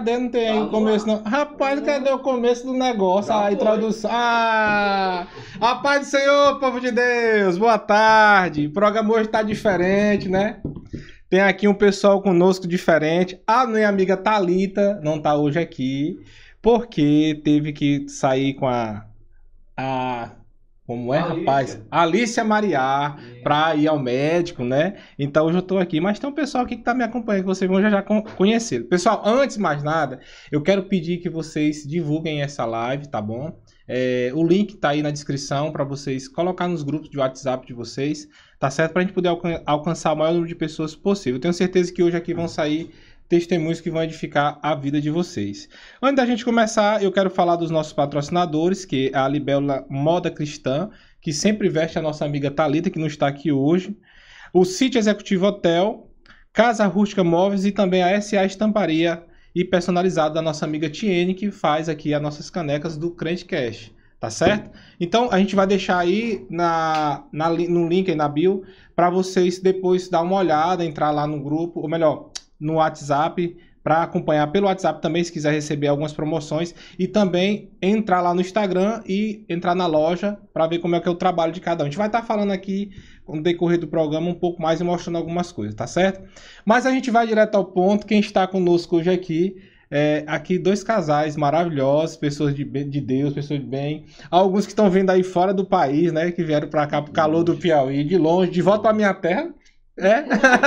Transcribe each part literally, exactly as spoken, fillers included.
Cadê? Não tem aí o começo, não. Rapaz, cadê o começo do negócio? A introdução. Ah! A paz do Senhor, povo de Deus! Boa tarde! O programa hoje tá diferente, né? Tem aqui um pessoal conosco diferente. A minha amiga Thalita não tá hoje aqui, porque teve que sair com a... a como é, Alicia. rapaz? Alícia Mariá, para ir ao médico, né? Então hoje eu tô aqui. Mas tem um pessoal aqui que tá me acompanhando, que vocês vão já, já conhecer. Pessoal, antes de mais nada, eu quero pedir que vocês divulguem essa live, tá bom? É, o link tá aí na descrição para vocês colocar nos grupos de WhatsApp de vocês, tá certo? Pra gente poder alcan alcançar o maior número de pessoas possível. Eu tenho certeza que hoje aqui vão sair testemunhos que vão edificar a vida de vocês. Antes da gente começar, eu quero falar dos nossos patrocinadores, que é a Libélula Moda Cristã, que sempre veste a nossa amiga Thalita, que não está aqui hoje, o Sítio Executivo Hotel, Casa Rústica Móveis e também a S A Estamparia e Personalizada da nossa amiga Tiene, que faz aqui as nossas canecas do Crente Cash, tá certo? Então a gente vai deixar aí na, na, no link aí na bio, para vocês depois dar uma olhada, entrar lá no grupo, ou melhor, no WhatsApp, para acompanhar pelo WhatsApp também, se quiser receber algumas promoções, e também entrar lá no Instagram e entrar na loja para ver como é que é o trabalho de cada um. A gente vai estar falando aqui no decorrer do programa um pouco mais e mostrando algumas coisas, tá certo? Mas a gente vai direto ao ponto. Quem está conosco hoje aqui é aqui dois casais maravilhosos, pessoas de, de Deus, pessoas de bem, alguns que estão vindo aí fora do país, né, que vieram para cá pro calor do Piauí, de longe, de volta para minha terra. É?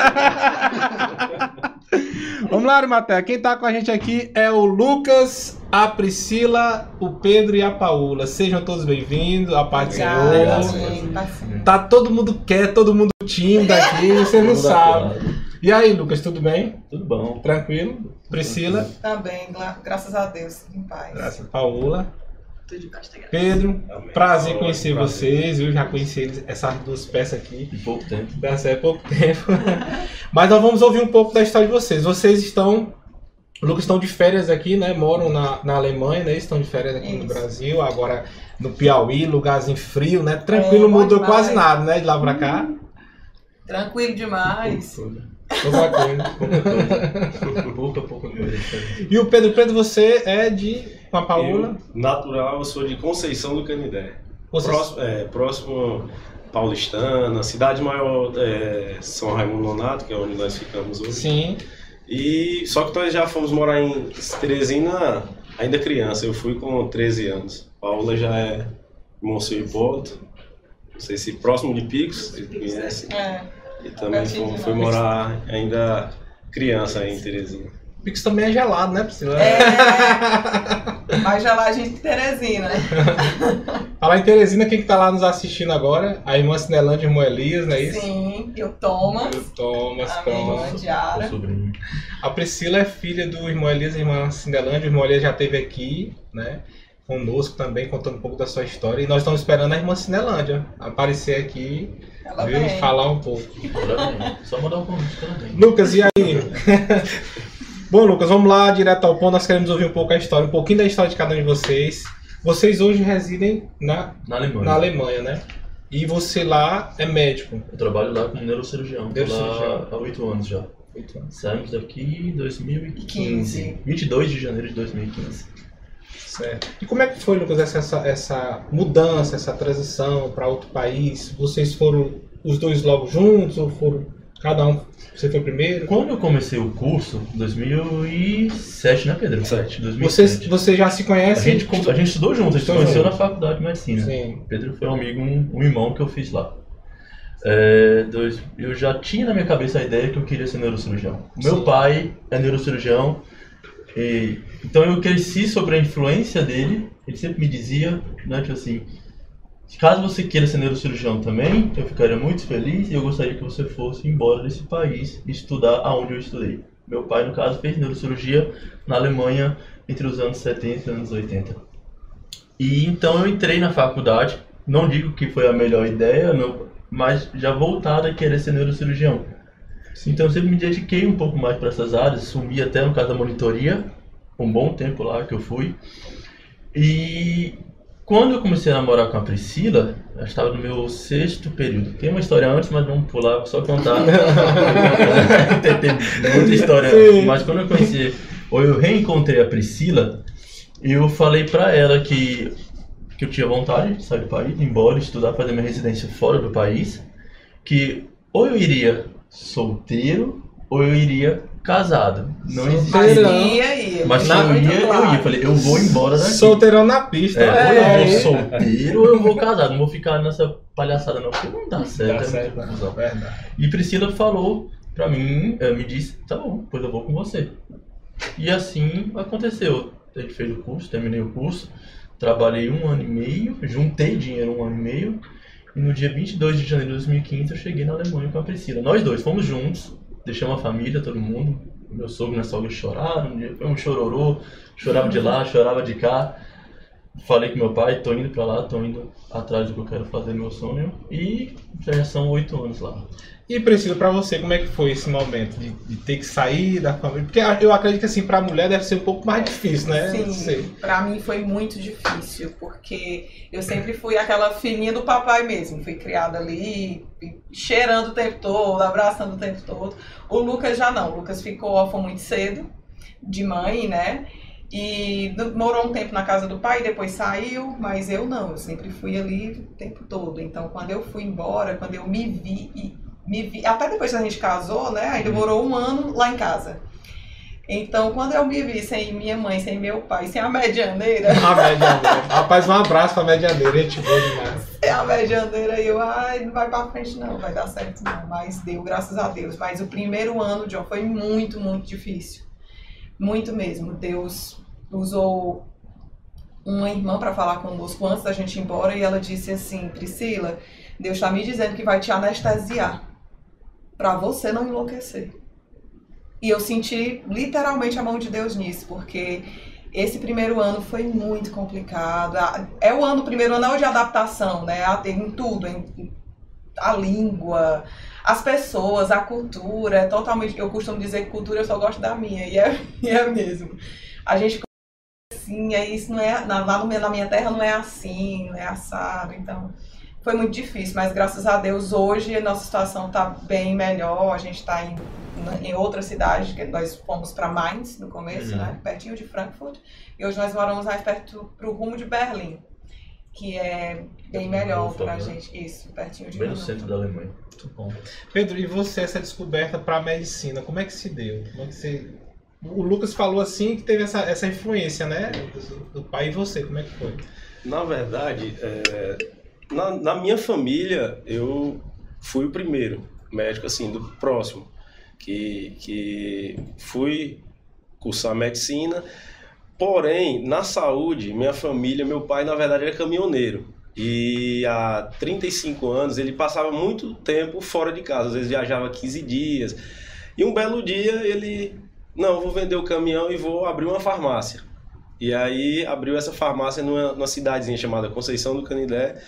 Vamos lá, Arimatea. Quem tá com a gente aqui é o Lucas, a Priscila, o Pedro e a Paula. Sejam todos bem-vindos. A paz do Senhor. Tá todo mundo quieto, todo mundo tímido aqui, você não sabe. E aí, Lucas, tudo bem? Tudo bom. Tranquilo? Priscila? Também, graças a Deus, em paz. Graças a Paula. Tudo de paz, Pedro, Amém. prazer Amém. conhecer Prazer. vocês, eu já conheci eles, essas duas peças aqui. Em pouco tempo. Dá certo, pouco tempo. Mas nós vamos ouvir um pouco da história de vocês. Vocês estão, o Lucas, estão de férias aqui, né? Moram na, na Alemanha, né? Estão de férias aqui Isso. no Brasil, agora no Piauí, lugarzinho frio, né? Tranquilo, é, mudou demais. Quase nada, né? De lá pra cá. Tranquilo demais. Pouca coisa. Pouca, pouca coisa. E o Pedro, Pedro, você é de... Com a Paula? Eu, natural, eu sou de Conceição do Canindé. Você... Próximo, é, próximo Paulistana, cidade maior é São Raimundo Nonato, que é onde nós ficamos hoje. Sim. E, só que nós já fomos morar em Teresina ainda criança, eu fui com treze anos. Paula já é Monsenhor Hipólito, não sei se próximo de Picos, você conhece. É. E também foi, foi morar ainda criança aí em Teresina. Pix também é gelado, né, Priscila? É, mais geladinho que Teresina. Falar em Teresina, quem que tá lá nos assistindo agora? A irmã Cinelândia e o irmão Elias, não é isso? Sim, e o Thomas. E o Thomas, a Thomas. minha irmã Diara. A Priscila é filha do irmão Elias e irmã Cinelândia. O irmão Elias já esteve aqui, né, conosco também, contando um pouco da sua história. E nós estamos esperando a irmã Cinelândia aparecer aqui, viu, e falar um pouco. Só mandar um convite também. Lucas, e aí? Bom, Lucas, vamos lá, direto ao ponto. Nós queremos ouvir um pouco a história, um pouquinho da história de cada um de vocês. Vocês hoje residem na, na, Alemanha. na Alemanha, né? E você lá é médico. Eu trabalho lá como neurocirurgião. Neurocirurgião. Lá há oito anos já. Oito anos. Saímos daqui em dois mil e quinze. vinte e dois de janeiro de dois mil e quinze. Certo. E como é que foi, Lucas, essa, essa mudança, essa transição para outro país? Vocês foram os dois logo juntos ou foram cada um? Você foi primeiro? Quando eu comecei o curso, em dois mil e sete, né, Pedro? Sete. dois mil e sete. Você, você já se conhece? A gente, a gente estudou junto, a gente se conheceu na faculdade de medicina. Sim. Pedro foi um amigo, um, um irmão que eu fiz lá. É, dois, eu já tinha na minha cabeça a ideia que eu queria ser neurocirurgião. Meu Sim. pai é neurocirurgião, e, então eu cresci sobre a influência dele. Ele sempre me dizia, né, tipo assim, caso você queira ser neurocirurgião também, eu ficaria muito feliz e eu gostaria que você fosse embora desse país e estudar aonde eu estudei. Meu pai, no caso, fez neurocirurgia na Alemanha entre os anos setenta e anos oitenta. E então eu entrei na faculdade, não digo que foi a melhor ideia, não, mas já voltado a querer ser neurocirurgião. Então eu sempre me dediquei um pouco mais para essas áreas, sumi até no caso da monitoria, um bom tempo lá que eu fui. E quando eu comecei a namorar com a Priscila, eu estava no meu sexto período. Tem uma história antes, mas vamos pular, só contar. Tem, tem muita história. Sim. Mas quando eu conheci ou eu reencontrei a Priscila, eu falei pra ela que, que eu tinha vontade de sair do país, ir embora, estudar, fazer minha residência fora do país, que ou eu iria solteiro, ou eu iria casado. Não existe. Mas ia, ia. Mas se Na- eu ia, eu ia. Eu falei, eu vou embora daqui. Solteirão na pista. É, ou É, eu vou solteiro, ou eu vou casado. Não vou ficar nessa palhaçada não, porque não dá certo. Dá é certo, muita não. confusão. Verdade. E Priscila falou pra mim, eh, me disse, tá bom, depois eu vou com você. E assim aconteceu. A gente fez o curso, terminei o curso, trabalhei um ano e meio, juntei dinheiro um ano e meio, e no dia vinte e dois de janeiro de dois mil e quinze eu cheguei na Alemanha com a Priscila. Nós dois fomos juntos, deixamos a família, todo mundo, meu sogro e minha sogra choraram, um dia foi um chororô, chorava de lá, chorava de cá. Falei com meu pai, tô indo pra lá, tô indo atrás do que eu quero fazer, meu sonho, e já são oito anos lá. E Priscila, pra você, como é que foi esse momento de, de ter que sair da família? Porque eu acredito que assim, pra mulher deve ser um pouco mais difícil, né? Não sei. Sim, pra mim foi muito difícil, porque eu sempre fui aquela filhinha do papai mesmo, fui criada ali, cheirando o tempo todo, abraçando o tempo todo. O Lucas já não, o Lucas ficou órfão muito cedo, de mãe, né? E morou um tempo na casa do pai, depois saiu, mas eu não, eu sempre fui ali o tempo todo. Então quando eu fui embora, quando eu me vi, e me vi até depois que a gente casou, né, ainda morou um ano lá em casa. Então quando eu me vi sem minha mãe, sem meu pai, sem a medianeira, A medianeira. Rapaz, um abraço pra medianeira, gente boa demais. sem a medianeira, eu, ai, não vai pra frente não, vai dar certo não, mas deu, graças a Deus. Mas o primeiro ano, John, foi muito, muito difícil. Muito mesmo. Deus usou uma irmã para falar conosco antes da gente ir embora e ela disse assim, Priscila, Deus está me dizendo que vai te anestesiar para você não enlouquecer. E eu senti literalmente a mão de Deus nisso, porque esse primeiro ano foi muito complicado. É o ano, o primeiro ano é o de adaptação, né? Em tudo, em a língua, as pessoas, a cultura, é totalmente. Eu costumo dizer que cultura eu só gosto da minha, e é, e é mesmo. A gente assim, é isso não é. Na, lá no, na minha terra não é assim, não é assado, então. Foi muito difícil, mas graças a Deus hoje a nossa situação está bem melhor. A gente está em, em outra cidade, que nós fomos para Mainz no começo, Uhum. né? Pertinho de Frankfurt, e hoje nós moramos mais perto para o rumo de Berlim, que é bem melhor para a gente. Isso, pertinho de Bem no Hannover. centro da Alemanha. Muito bom. Pedro, e você, essa descoberta pra medicina, como é que se deu? Como é que você... O Lucas falou assim que teve essa, essa influência, né? Do pai e você, como é que foi? Na verdade, é, na, na minha família, eu fui o primeiro médico, assim, do próximo, que, que fui cursar medicina. Porém, na saúde, minha família, meu pai, na verdade, era caminhoneiro. E há trinta e cinco anos, ele passava muito tempo fora de casa, às vezes viajava quinze dias. E um belo dia, ele... Não, vou vender o caminhão e vou abrir uma farmácia. E aí abriu essa farmácia numa, numa cidadezinha chamada Conceição do Canindé.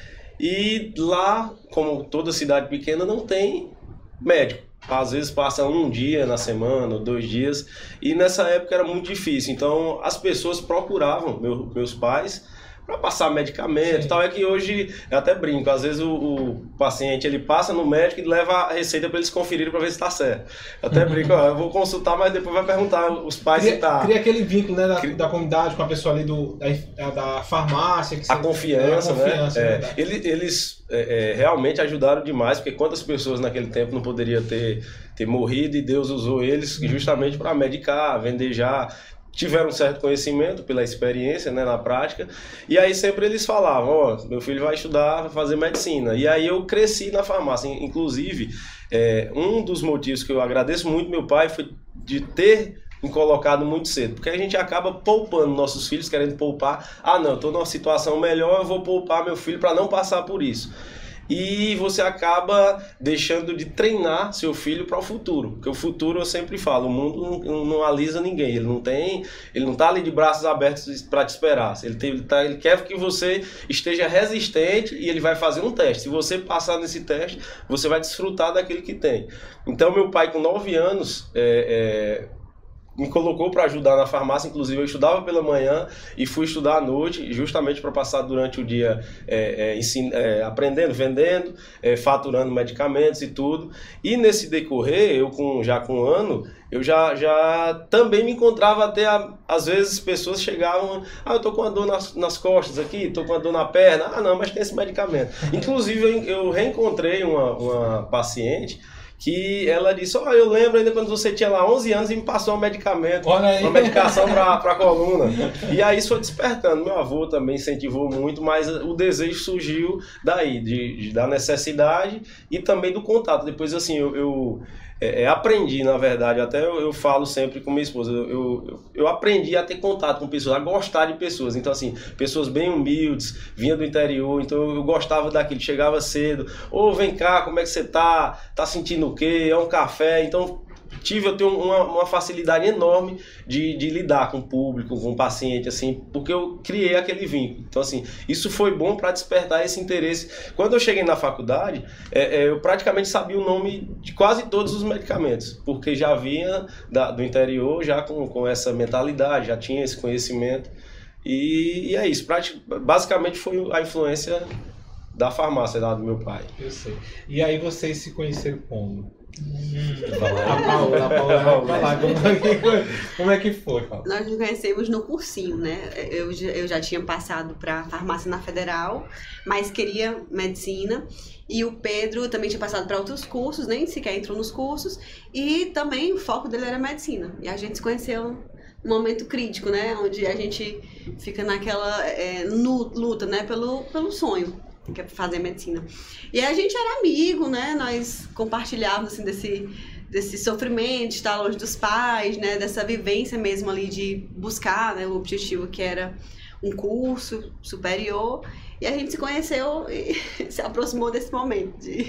E lá, como toda cidade pequena, não tem médico. Às vezes passa um dia na semana, ou dois dias. E nessa época era muito difícil. Então as pessoas procuravam meu, meus pais para passar medicamento e tal. É que hoje, eu até brinco, às vezes o, o paciente ele passa no médico e leva a receita para eles conferirem para ver se está certo. Eu até brinco, ó, eu vou consultar, mas depois vai perguntar os pais Cria, se tá. cria aquele vínculo, né, da, Cria- da comunidade com a pessoa ali do, da, da farmácia. Que A você- confiança, a confiança, né? É, verdade. eles eles é, é, realmente ajudaram demais, porque quantas pessoas naquele tempo não poderiam ter, ter morrido e Deus usou eles justamente para medicar, vender já. Tiveram um certo conhecimento pela experiência, né, na prática, e aí sempre eles falavam, ó, meu filho vai estudar, vai fazer medicina, e aí eu cresci na farmácia. Inclusive, é, um dos motivos que eu agradeço muito meu pai foi de ter me colocado muito cedo, porque a gente acaba poupando nossos filhos, querendo poupar, ah não, eu tô numa situação melhor, eu vou poupar meu filho para não passar por isso. E você acaba deixando de treinar seu filho para o futuro, porque o futuro, eu sempre falo, o mundo não, não alisa ninguém, ele não tem, ele não tá ali de braços abertos para te esperar, ele, tem, ele, tá, ele quer que você esteja resistente e ele vai fazer um teste. Se você passar nesse teste, você vai desfrutar daquilo que tem. Então meu pai com nove anos é, é, me colocou para ajudar na farmácia. Inclusive eu estudava pela manhã e fui estudar à noite, justamente para passar durante o dia é, é, ensino, é, aprendendo, vendendo, é, faturando medicamentos e tudo. E nesse decorrer, eu com, já com um ano, eu já, já também me encontrava até, a, às vezes, pessoas chegavam, ah, eu tô com uma dor nas, nas costas aqui, tô com uma dor na perna, ah, não, mas tem esse medicamento. Inclusive, eu, eu reencontrei uma, uma paciente que ela disse, ó, oh, eu lembro ainda quando você tinha lá onze anos e me passou um medicamento, uma medicação para a coluna. E aí isso foi despertando. Meu avô também incentivou muito, mas o desejo surgiu daí, de, de, da necessidade e também do contato. Depois, assim, eu, eu é, aprendi, na verdade, até eu, eu falo sempre com minha esposa, eu, eu, eu aprendi a ter contato com pessoas, a gostar de pessoas. Então, assim, pessoas bem humildes, vinha do interior, então eu gostava daquilo, chegava cedo, ô, oh, vem cá, como é que você tá? Tá sentindo o quê? É um café? Então, tive, eu tenho uma, uma facilidade enorme de, de lidar com o público, com o paciente, assim, porque eu criei aquele vínculo. Então, assim, isso foi bom para despertar esse interesse. Quando eu cheguei na faculdade, é, é, eu praticamente sabia o nome de quase todos os medicamentos, porque já vinha da, do interior, já com, com essa mentalidade, já tinha esse conhecimento. E, e é isso, basicamente foi a influência da farmácia lá do meu pai. Eu sei. E aí vocês se conheceram como? Hum, a Paola, a Paola vai falar como é que, como é que foi, Paola? Nós nos conhecemos no cursinho, né? Eu, eu já tinha passado para farmácia na Federal, mas queria medicina. E o Pedro também tinha passado para outros cursos, nem sequer entrou nos cursos. E também o foco dele era medicina. E a gente se conheceu num momento crítico, né? Onde a gente fica naquela é, luta, né? Pelo, pelo sonho, que é fazer medicina. E aí a gente era amigo, né? Nós compartilhávamos, assim, desse, desse sofrimento, de estar longe dos pais, né? Dessa vivência mesmo ali de buscar, né? O objetivo que era um curso superior. E a gente se conheceu e se aproximou desse momento de,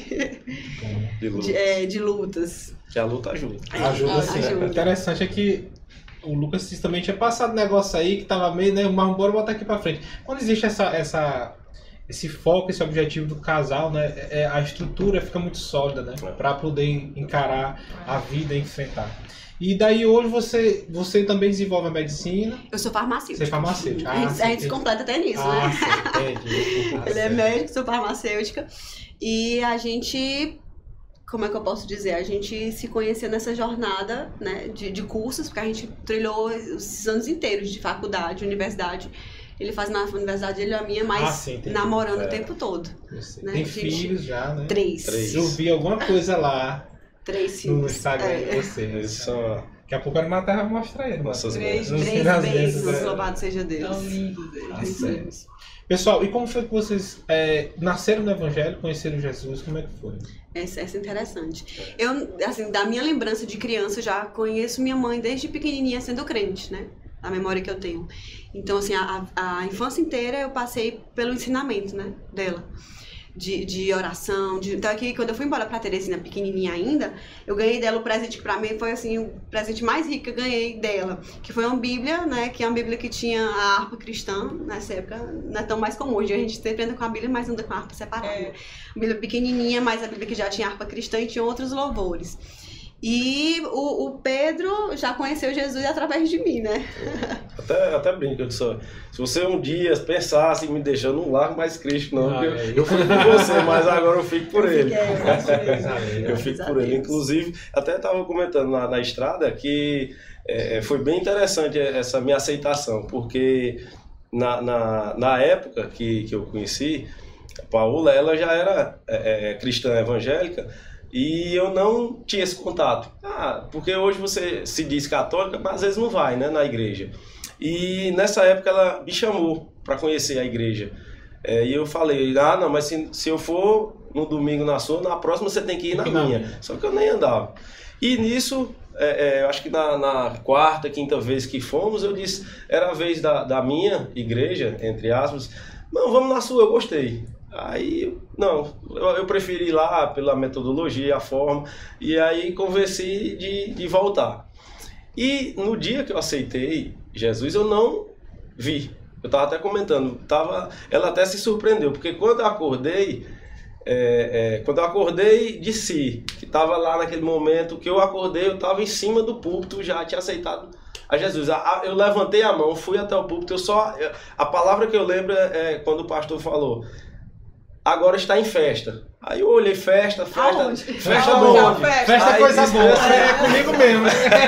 de, lutas. de, é, de lutas. Que a luta ajuda. Ajuda, sim. O interessante é que o Lucas também tinha passado um negócio aí que tava meio, né? Mas bora botar aqui pra frente. Quando existe essa... essa esse foco, esse objetivo do casal, né, é, a estrutura fica muito sólida, né, para poder encarar a vida e enfrentar. E daí hoje você, você também desenvolve a medicina. Eu sou farmacêutica. Você é farmacêutica. Ah, a gente, a gente se completa até nisso, ah, né? Sim, entendi. Ah, Ele é médico, sou farmacêutica. E a gente, como é que eu posso dizer? A gente se conheceu nessa jornada, né, de, de cursos, porque a gente trilhou esses anos inteiros de faculdade, universidade. Ele faz na universidade, ele e a minha, mas ah, sim, namorando é. o tempo todo. Né? Tem gente... filhos já, né? Três. Três. Eu vi alguma coisa lá. Três filhos. No Instagram é. de vocês. Só... Daqui a pouco a Matar vai mostrar ele. Nossas três Nos três bênçãos, é. louvado seja Deus. Tão lindo. Ah, pessoal, e como foi que vocês é, nasceram no Evangelho, conheceram Jesus? Como é que foi? Essa, essa é interessante. Eu, assim, da minha lembrança de criança, já conheço minha mãe desde pequenininha sendo crente, né? A memória que eu tenho. Então, assim, a, a infância inteira eu passei pelo ensinamento, né, dela. De, de oração. De... Então, aqui, quando eu fui embora pra Teresina, pequenininha ainda, eu ganhei dela o presente que pra mim foi, assim, o presente mais rico que eu ganhei dela. Que foi uma Bíblia, né, que é uma Bíblia que tinha a harpa cristã. Nessa época, não é tão mais comum. Hoje a gente sempre anda com a Bíblia, mas anda com a harpa separada. É. Uma Bíblia pequenininha, mas a Bíblia que já tinha harpa cristã e tinha outros louvores. E o, o Pedro já conheceu Jesus através de mim, né? Até, até brinco, eu disse, se você um dia pensasse em me deixar, eu não largo mais Cristo, não. Ah, eu, é eu fico por você, mas agora eu fico por eu ele. Fiquei, eu, eu fico por ele. Inclusive, até estava comentando na, na estrada que é, foi bem interessante essa minha aceitação, porque na, na, na época que, que eu conheci, a Paola, ela já era é, é, cristã evangélica, e eu não tinha esse contato. Ah, porque hoje você se diz católica, mas às vezes não vai, né, na igreja. E nessa época ela me chamou para conhecer a igreja. É, e eu falei, ah, não, mas se, se eu for no domingo na sua, na próxima você tem que ir na minha. Só que eu nem andava. E nisso, é, é, eu acho que na, na quarta, quinta vez que fomos, eu disse, era a vez da, da minha igreja, entre aspas, não, vamos na sua, eu gostei. Aí, não, eu, eu preferi ir lá pela metodologia, a forma, e aí convenci de, de voltar. E no dia que eu aceitei Jesus, eu não vi. Eu estava até comentando, tava, ela até se surpreendeu, porque quando eu acordei, é, é, quando eu acordei de si, que estava lá naquele momento que eu acordei, eu estava em cima do púlpito, já tinha aceitado a Jesus. Eu levantei a mão, fui até o púlpito, eu só, a palavra que eu lembro é quando o pastor falou, agora está em festa. Aí eu olhei festa, festa, Aonde? festa Aonde? boa. Festa. Festa é Aí coisa disse, boa, assim, é comigo mesmo.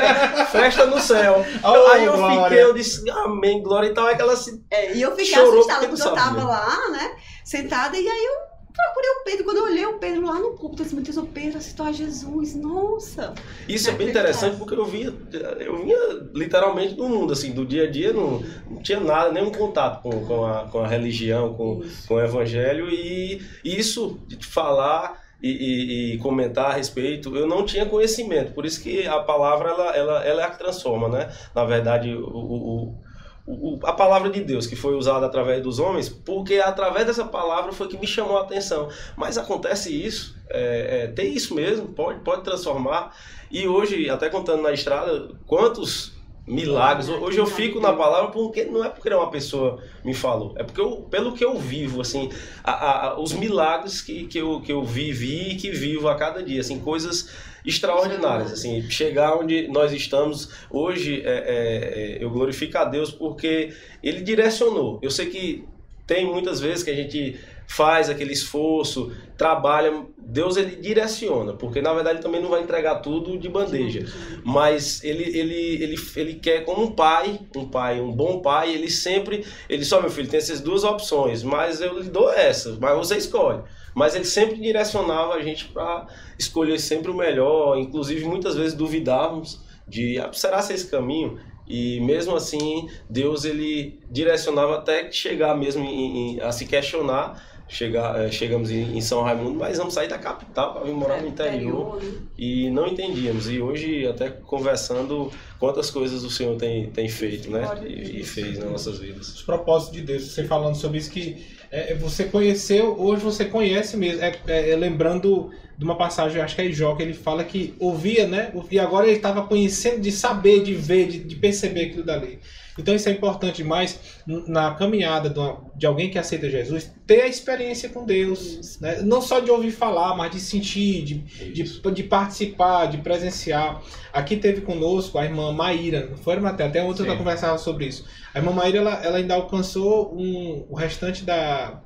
Festa no céu. Oh, Aí eu glória. fiquei, eu disse, amém, glória e tal. É que ela se... É, e eu fiquei Chorou assustada porque porque não eu tava sabia. lá, né, sentada, e aí eu procurei o Pedro. Quando eu olhei o Pedro lá no púlpito, eu disse, meu Deus, o Pedro assistiu a Jesus, nossa. Isso é bem interessante porque eu vinha, eu vinha literalmente do mundo, assim, do dia a dia, não, não tinha nada, nenhum contato com, com, a, com a religião, com, com o evangelho, e isso de falar e, e, e comentar a respeito, eu não tinha conhecimento, por isso que a palavra, ela, ela, ela é a que transforma, né? Na verdade, o, o, o, a palavra de Deus, que foi usada através dos homens, porque através dessa palavra foi que me chamou a atenção. Mas acontece isso, é, é, tem isso mesmo, pode, pode transformar. E hoje, até contando na estrada, quantos milagres, hoje eu fico na palavra porque não é porque uma pessoa me falou, é porque eu, pelo que eu vivo, assim, a, a, os milagres que, que, eu, que eu vivi e que vivo a cada dia, assim, coisas extraordinárias, assim, chegar onde nós estamos hoje, é, é, eu glorifico a Deus porque Ele direcionou. Eu sei que tem muitas vezes que a gente faz aquele esforço, trabalha, Deus ele direciona, porque na verdade ele também não vai entregar tudo de bandeja, mas ele, ele, ele, ele quer como um pai, um pai, um bom pai, ele sempre, ele só, meu filho, tem essas duas opções, mas eu lhe dou essa, mas você escolhe. Mas ele sempre direcionava a gente para escolher sempre o melhor, inclusive muitas vezes duvidávamos de, ah, será ser esse caminho? E mesmo assim, Deus ele direcionava até chegar mesmo em, em, a se questionar. Chegar, é, chegamos em, em São Raimundo, mas vamos sair da capital para vir morar no interior, né? E não entendíamos. E hoje, até conversando, quantas coisas o Senhor tem, tem feito, né? E, e fez nas nossas vidas. Os propósitos de Deus, você falando sobre isso, que é, você conheceu, hoje você conhece mesmo. É, é, é, lembrando de uma passagem, acho que é Jó, que ele fala que ouvia, né? E agora ele estava conhecendo de saber, de ver, de, de perceber aquilo dali. Então isso é importante demais na caminhada de alguém que aceita Jesus, ter a experiência com Deus, né? Não só de ouvir falar, mas de sentir, de, de, de participar, de presenciar. Aqui teve conosco a irmã Maíra, não foi, Matheus? Até ontem eu conversava sobre isso. A irmã Maíra, ela, ela ainda alcançou um, o restante da,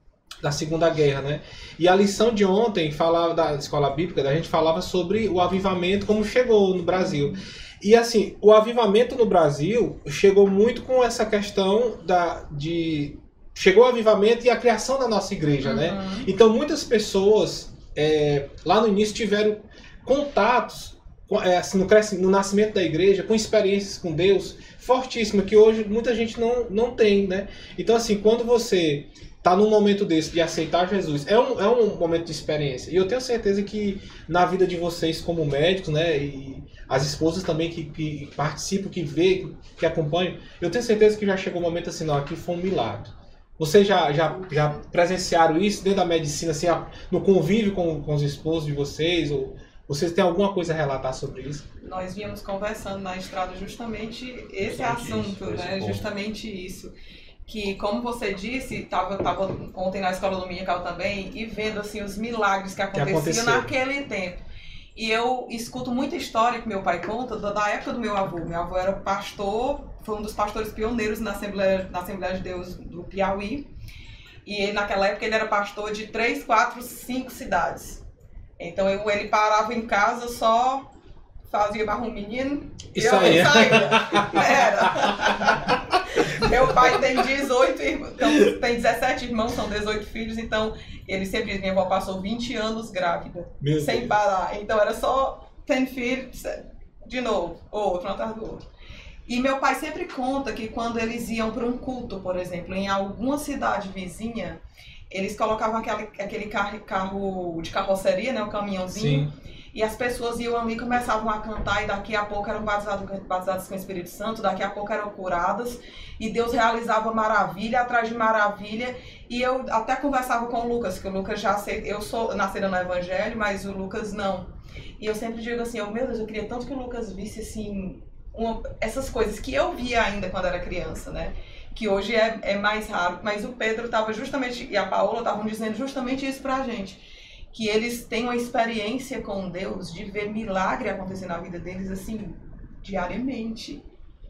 da Segunda Guerra, né? E a lição de ontem, falava da escola bíblica, a gente falava sobre o avivamento, como chegou no Brasil. E assim, o avivamento no Brasil chegou muito com essa questão da, de... Chegou o avivamento e a criação da nossa igreja, uhum. né? Então muitas pessoas é, lá no início tiveram contatos é, assim, no, no nascimento da igreja, com experiências com Deus fortíssimas, que hoje muita gente não, não tem, né? Então assim, quando você está num momento desse de aceitar Jesus, é um, é um momento de experiência. E eu tenho certeza que na vida de vocês como médicos, né, e as esposas também que, que participam, que vê, que acompanham, eu tenho certeza que já chegou um momento assim, não, aqui foi um milagre. Vocês já, já, já presenciaram isso dentro da medicina, assim, no convívio com, com os esposos de vocês? Ou vocês têm alguma coisa a relatar sobre isso? Nós vínhamos conversando na estrada justamente esse assunto, né? Justamente isso. Que, como você disse, estava tava ontem na escola dominical também, e vendo assim, os milagres que aconteciam que naquele tempo. E eu escuto muita história que meu pai conta da, da época do meu avô. Meu avô era pastor, foi um dos pastores pioneiros na Assembleia, na Assembleia de Deus do Piauí. E ele, naquela época ele era pastor de três, quatro, cinco cidades. Então eu, ele parava em casa só... Fazia barra um menino e eu saía. Era. Meu pai tem dezoito irmãos, então, tem dezessete irmãos, são dezoito filhos, então ele sempre diz, minha avó passou vinte anos grávida, Meu sem Deus. parar. Então era só tendo filho, de novo, outro, um atrás do outro. E meu pai sempre conta que quando eles iam para um culto, por exemplo, em alguma cidade vizinha, eles colocavam aquele, aquele carro, carro de carroceria, né, o caminhãozinho. Sim. E as pessoas iam ali e começavam a cantar, e daqui a pouco eram batizadas, batizadas com o Espírito Santo, daqui a pouco eram curadas, e Deus realizava maravilha atrás de maravilha. E eu até conversava com o Lucas, que o Lucas já sei, eu sou nascida no Evangelho, mas o Lucas não. E eu sempre digo assim, oh, meu Deus, eu queria tanto que o Lucas visse assim, uma, essas coisas que eu via ainda quando era criança, né? Que hoje é, é mais raro, mas o Pedro estava justamente, e a Paola estavam dizendo justamente isso pra gente. Que eles têm uma experiência com Deus de ver milagre acontecer na vida deles, assim, diariamente.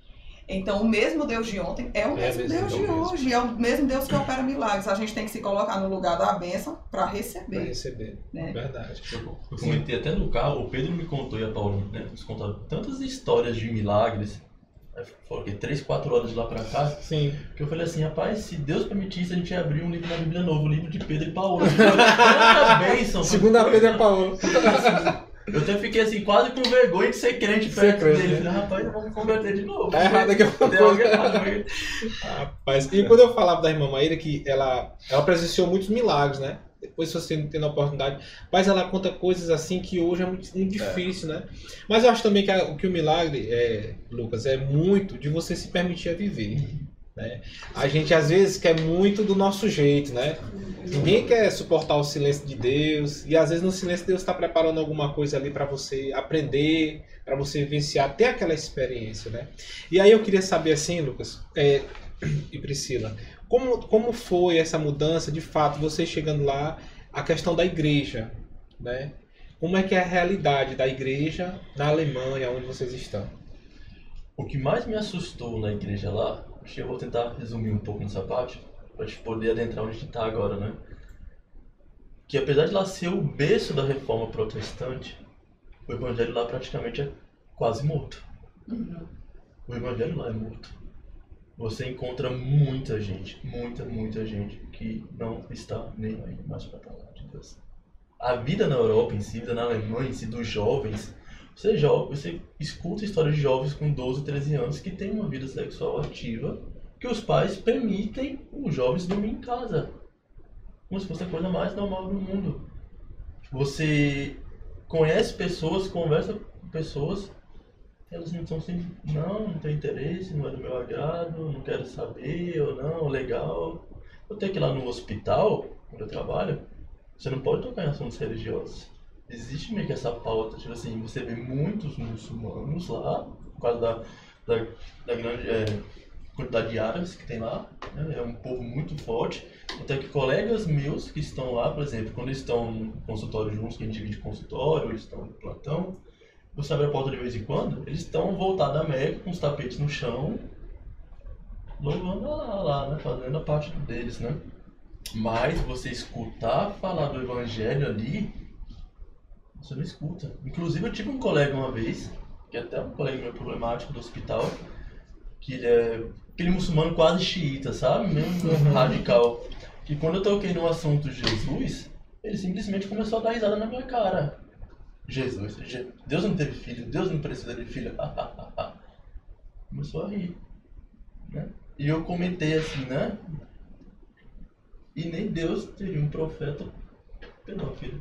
Então, o mesmo Deus de ontem é o É mesmo mesmo, Deus é o de mesmo. hoje, é o mesmo Deus que opera milagres. A gente tem que se colocar no lugar da bênção para Pra receber. receber. Né? Verdade. Eu eu comentei até no carro, o Pedro me contou e a Paula, né? Eles contaram tantas histórias de milagres. Aí falou que três, quatro horas de lá pra cá. Sim. Que eu falei assim, rapaz, se Deus permitisse, a gente ia abrir um livro na Bíblia novo, o livro de Pedro e Paulo. Tanta bênção. Segunda Pedro é Paulo. Eu até fiquei assim, quase com vergonha de ser crente Ser perto crente, dele. né? Falei, rapaz, vamos converter de novo. Tá errado aqui alguma Tem algo coisa. errado, mas- Rapaz, e quando eu falava da irmã Maíra, que ela, ela presenciou muitos milagres, né? Depois, se você não tem a oportunidade, mas ela conta coisas assim que hoje é muito, muito difícil, né? Mas eu acho também que, a- que o milagre, é, Lucas, é muito de você se permitir a viver. Né? A gente às vezes quer muito do nosso jeito, né? Ninguém quer suportar o silêncio de Deus, e às vezes no silêncio Deus está preparando alguma coisa ali para você aprender, para você vivenciar, ter aquela experiência, né? E aí eu queria saber assim, Lucas, é, e Priscila, como, como foi essa mudança, de fato, você chegando lá, a questão da igreja, né? Como é que é a realidade da igreja na Alemanha, onde vocês estão? O que mais me assustou na igreja lá, acho que eu vou tentar resumir um pouco nessa parte, para a gente poder adentrar onde a gente está agora, né? Que apesar de lá ser o berço da reforma protestante, o evangelho lá praticamente é quase morto. Uhum. O evangelho lá é morto. Você encontra muita gente, muita, muita gente que não está nem aí mais para a palavra de Deus. A vida na Europa em si, a vida na Alemanha em si, dos jovens, você, é jovem, você escuta histórias de jovens com doze, treze anos que têm uma vida sexual ativa, que os pais permitem os jovens dormir em casa. Como se fosse a coisa mais normal do mundo. Você conhece pessoas, conversa com pessoas, elas não são assim, não, não tem interesse, não é do meu agrado, não quero saber, ou não, legal. Eu tenho que ir lá no hospital, onde eu trabalho, você não pode tocar em assuntos religiosos. Existe meio que essa pauta, tipo assim, você vê muitos muçulmanos lá, por causa da, da, da grande é, quantidade de árabes que tem lá, né? É um povo muito forte. Até que colegas meus que estão lá, por exemplo, quando eles estão no consultório juntos, que a gente divide consultório, eles estão no plantão, você abre a porta de vez em quando, eles estão voltados da América, com os tapetes no chão, louvando lá, lá, né? Fazendo a parte deles, né? Mas você escutar falar do evangelho ali, você não escuta. Inclusive eu tive um colega uma vez, que é até um colega meu problemático do hospital, que ele é aquele muçulmano quase xiita, sabe? Mesmo radical. Que quando eu toquei no assunto Jesus, ele simplesmente começou a dar risada na minha cara. Jesus, Je- Deus não teve filho, Deus não precisa de filho. Começou a rir. Né? E eu comentei assim, né? E nem Deus teria um profeta pedófilo.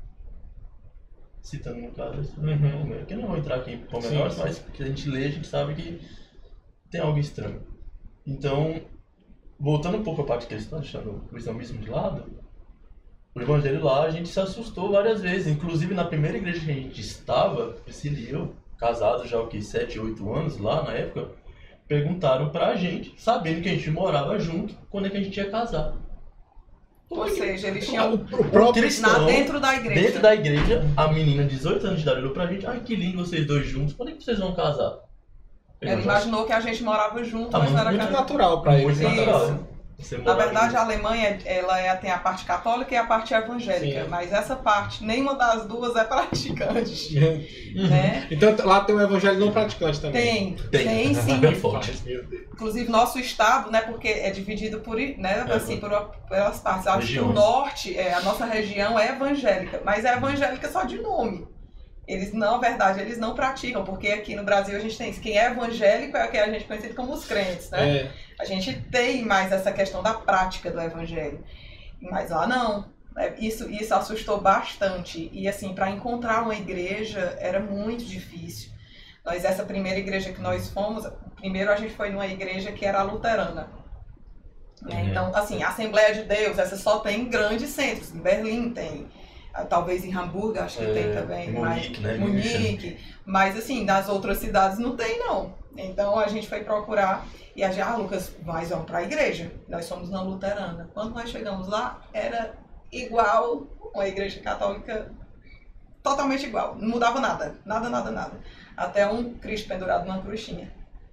Citando no caso, Uhum. que eu não vou entrar aqui em pormenores, Sim, sim. mas que a gente lê, a gente sabe que tem algo estranho. Então, voltando um pouco à parte que eles estão deixando o islamismo de lado, o evangelho lá a gente se assustou várias vezes. Inclusive na primeira igreja que a gente estava, Priscila e eu, casados já o que, sete, oito anos lá na época, perguntaram pra gente, sabendo que a gente morava junto, quando é que a gente ia casar. Ou seja, eles tinham O próprio cristão, na, dentro da igreja. Dentro da igreja, a menina de dezoito anos de idade olhou pra gente, ai que lindo vocês dois juntos, quando é que vocês vão casar? Ela imaginou que a gente morava junto, Ah, mas não mas era muito casado. natural para eles. Muito né? natural. Você Na morar verdade, junto. a Alemanha ela é- tem a parte católica e a parte evangélica, Sim. mas essa parte, nenhuma das duas é praticante, né? Então lá tem um evangelho não praticante também. Tem, Tem. tem sim. Bem forte. Ai, meu Deus. Inclusive nosso estado, né, porque é dividido por, né, assim, por, pelas partes. Acho que o Regiões. norte, é, a nossa região é evangélica, mas é evangélica só de nome. Eles, não, na verdade, eles não praticam, porque aqui no Brasil a gente tem isso. Quem é evangélico é o que a gente conhece como os crentes, né? É, A gente tem mais essa questão da prática do evangelho. Mas lá não. É, Isso, isso assustou bastante. E assim, para encontrar uma igreja era muito difícil. Nós, essa primeira igreja que nós fomos, primeiro a gente foi numa igreja que era luterana. Né? Uhum. Então, assim, a Assembleia de Deus, essa só tem em grandes centros. Em Berlim tem. ah, Talvez em Hamburgo, acho que É, tem também. Munique, mas, né? Munique. Mas assim, nas outras cidades não tem, não. Então a gente foi procurar. E a gente, ah, Lucas, nós vamos para a igreja. Nós fomos na luterana. Quando nós chegamos lá, era igual uma igreja católica, totalmente igual. Não mudava nada. Nada, nada, nada. Até um Cristo pendurado numa cruzinha.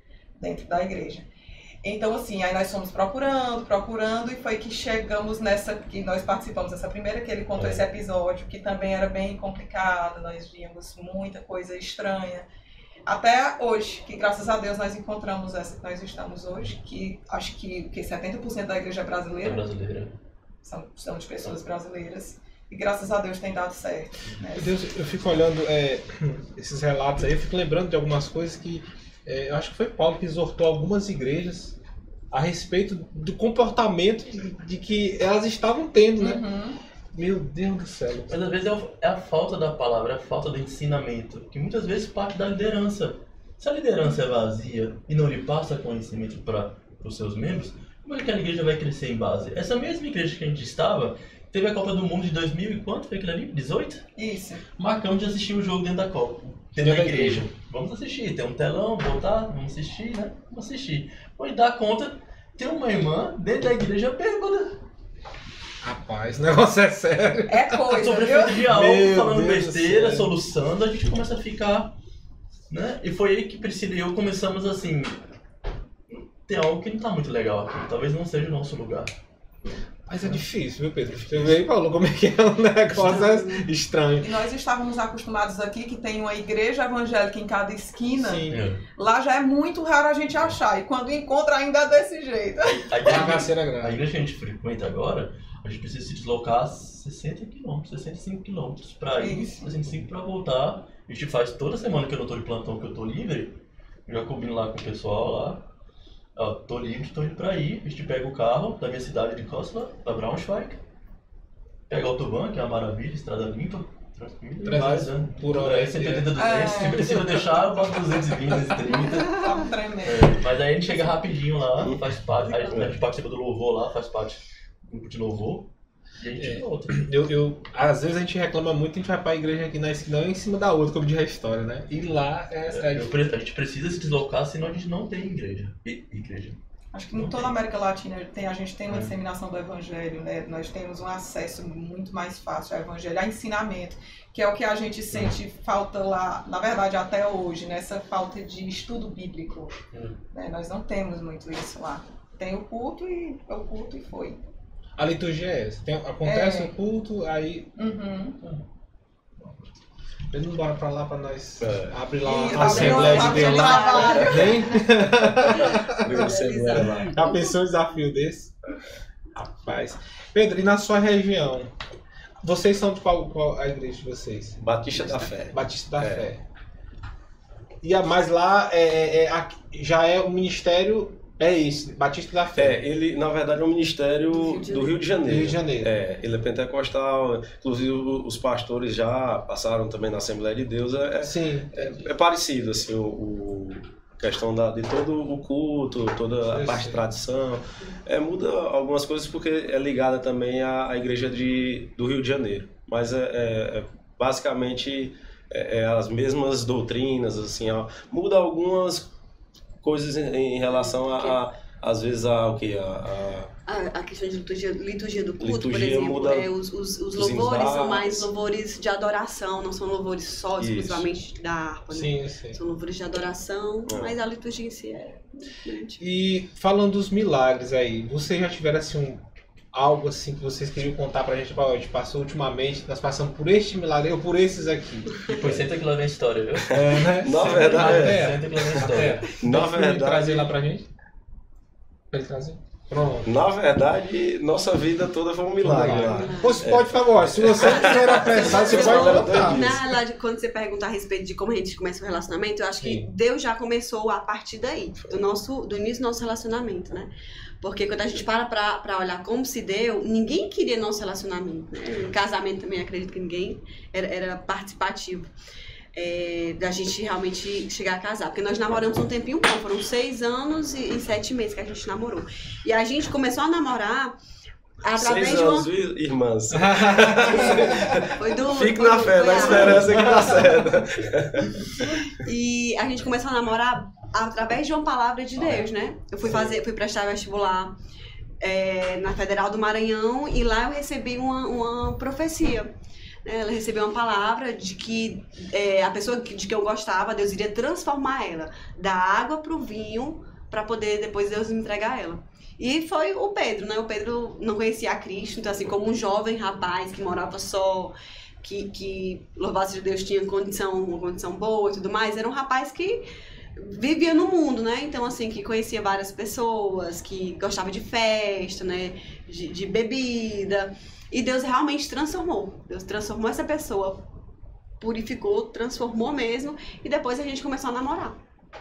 dentro da igreja. Então, assim, aí nós fomos procurando, procurando, e foi que chegamos nessa, que nós participamos dessa primeira, que ele contou É. esse episódio, que também era bem complicado, nós víamos muita coisa estranha. Até hoje, que graças a Deus nós encontramos essa que nós estamos hoje, que acho que, que setenta por cento da igreja é É brasileira, brasileira. são, são de pessoas brasileiras, e graças a Deus tem dado certo. Né? Meu Deus, eu fico olhando é, esses relatos aí, eu fico lembrando de algumas coisas que é, eu acho que foi Paulo que exortou algumas igrejas a respeito do comportamento de, de que elas estavam tendo, né? Uhum. Meu Deus do céu. Mas às vezes é o- é a falta da palavra, é a falta do ensinamento, que muitas vezes parte da liderança. Se a liderança é vazia e não lhe passa conhecimento para os seus membros, como é que a igreja vai crescer em base? Essa mesma igreja que a gente estava, teve a Copa do Mundo de dois mil e quanto foi aquilo ali? dezoito? Isso. Marcamos de assistir o jogo dentro da Copa, dentro da Dentro da igreja. Vamos assistir, tem um telão, botar, vamos assistir, né? Vamos assistir. Pois dá conta, tem uma irmã dentro da igreja bêbada. Rapaz, o negócio é sério. É coisa, Sobre viu? efeito de algo, Meu falando Deus do besteira, céu. soluçando, a gente começa a ficar, né? E foi aí que Priscila e eu começamos assim, tem algo que não tá muito legal aqui, talvez não seja o nosso lugar. Mas é difícil, viu, Pedro? Você veio e falou como é que é um negócio é estranho. E nós estávamos acostumados aqui que tem uma igreja evangélica em cada esquina. Sim. É. Lá já é muito raro a gente achar. E quando encontra ainda é desse jeito. A A igreja, bagaceira a grande. igreja que a gente frequenta agora, a gente precisa se deslocar sessenta quilômetros, sessenta e cinco quilômetros pra ir, Isso. sessenta e cinco pra voltar. A gente faz toda semana que eu não tô de plantão, que eu tô livre, eu já combino lá com o pessoal lá. Ó, tô livre, tô indo pra aí, a gente pega o carro da minha cidade de Kosla, pra Braunschweig, pega o autobahn, que é uma maravilha, estrada limpa, tranquila, e vai, trezentos né? por hora. É, cento e oitenta, duzentos, É. se precisa deixar, eu boto duzentos e vinte, duzentos e trinta. Tava tremendo. É, mas aí a gente chega rapidinho lá, faz parte, aí a gente participa do louvor lá, faz parte do grupo de louvor, e a gente É. volta. Eu, eu, às vezes a gente reclama muito, a gente vai pra igreja aqui na esquina, um em cima da outra, como diz a história, né? E lá é, é Eu pre- a gente precisa se deslocar, senão a gente não tem igreja. I- igreja. Acho que em toda a América Latina tem, a gente tem uma É. disseminação do evangelho, né? Nós temos um acesso muito mais fácil ao evangelho, a ensinamento, que é o que a gente sente falta lá, na verdade até hoje, nessa falta de estudo bíblico. É. Né? Nós não temos muito isso lá. Tem o culto e o culto e foi. A liturgia é essa. Tem, acontece É. o culto, aí Uhum. ele não bora pra lá pra nós É. abrir lá E a Assembleia de abre Deus um lá. trabalho. Vem? Assembleia lá. Já pensou um desafio desse? Rapaz. Pedro, e na sua região? Vocês são de qual, qual a igreja de vocês? Batista da Fé. Batista da É. Fé. E a, mas lá é, é- é aqui- já é o ministério, é esse, Batista da Fé. É, ele, na verdade, é um ministério do Rio de Janeiro. Rio de Janeiro. É, ele é pentecostal, inclusive o- os pastores já passaram também na Assembleia de Deus. É, Sim. é, é parecido, assim, o, o- a questão da, de todo o culto, toda a Eu parte sei. de tradição. É, muda algumas coisas porque é ligada também à, à igreja de, do Rio de Janeiro. Mas é, é- é basicamente é, é as mesmas doutrinas, assim, ó. Muda algumas coisas em, em relação a, a às vezes a o que a, A, a questão de liturgia, liturgia do culto, por Liturgia exemplo, muda é, os, os, os os louvores são hinos mais da- louvores de adoração, não são louvores só Isso. exclusivamente da harpa, né? Sim, sim. São louvores de adoração, É. mas a liturgia em si é diferente. E falando dos milagres aí, vocês já tiveram assim um, algo assim que vocês queriam contar pra gente? Tipo, ó, a gente passou ultimamente, nós passamos por este milagre, eu por esses aqui. Depois senta que lá vem a história, viu? É, né? Na Sempre verdade, na é. terra. Senta que lá vem a Na história. terra. Na Tem que verdade- trazer lá pra gente? Pra ele trazer? Pronto. Na verdade, nossa vida toda foi um milagre lá. Você pode falar, ó, se você quiser apressar, você Vocês pode falaram contar. até Na realidade, quando você pergunta a respeito de como a gente começa o relacionamento, eu acho que Sim. Deus já começou a partir daí, do, nosso, do início do nosso relacionamento, né? Porque quando a gente para pra, pra olhar como se deu, ninguém queria nosso relacionamento, né? No casamento também, acredito que ninguém era, era participativo. É, da gente realmente chegar a casar. Porque nós namoramos um tempinho bom, foram seis anos e, e sete meses que a gente namorou. E a gente começou a namorar através Seis de uma... anos, viu, irmãs? Foi duro, Fique foi na duro, fé, foi na árduo. esperança que dá certo. E a gente começou a namorar através de uma palavra de Deus, né? Eu fui fazer, fui prestar vestibular é, na Federal do Maranhão e lá eu recebi uma, uma profecia. Né? Ela recebeu uma palavra de que é, a pessoa que- de que eu gostava, Deus iria transformar ela da água para o vinho para poder depois Deus me entregar ela. E foi o Pedro, né? O Pedro não conhecia a Cristo, então assim, como um jovem rapaz que morava só, que, que louvado seja Deus, tinha condição, uma condição boa e tudo mais, era um rapaz que vivia no mundo, né? Então assim, que conhecia várias pessoas, que gostava de festa, né? De, de bebida. E Deus realmente transformou. Deus transformou essa pessoa, purificou, transformou mesmo, e depois a gente começou a namorar,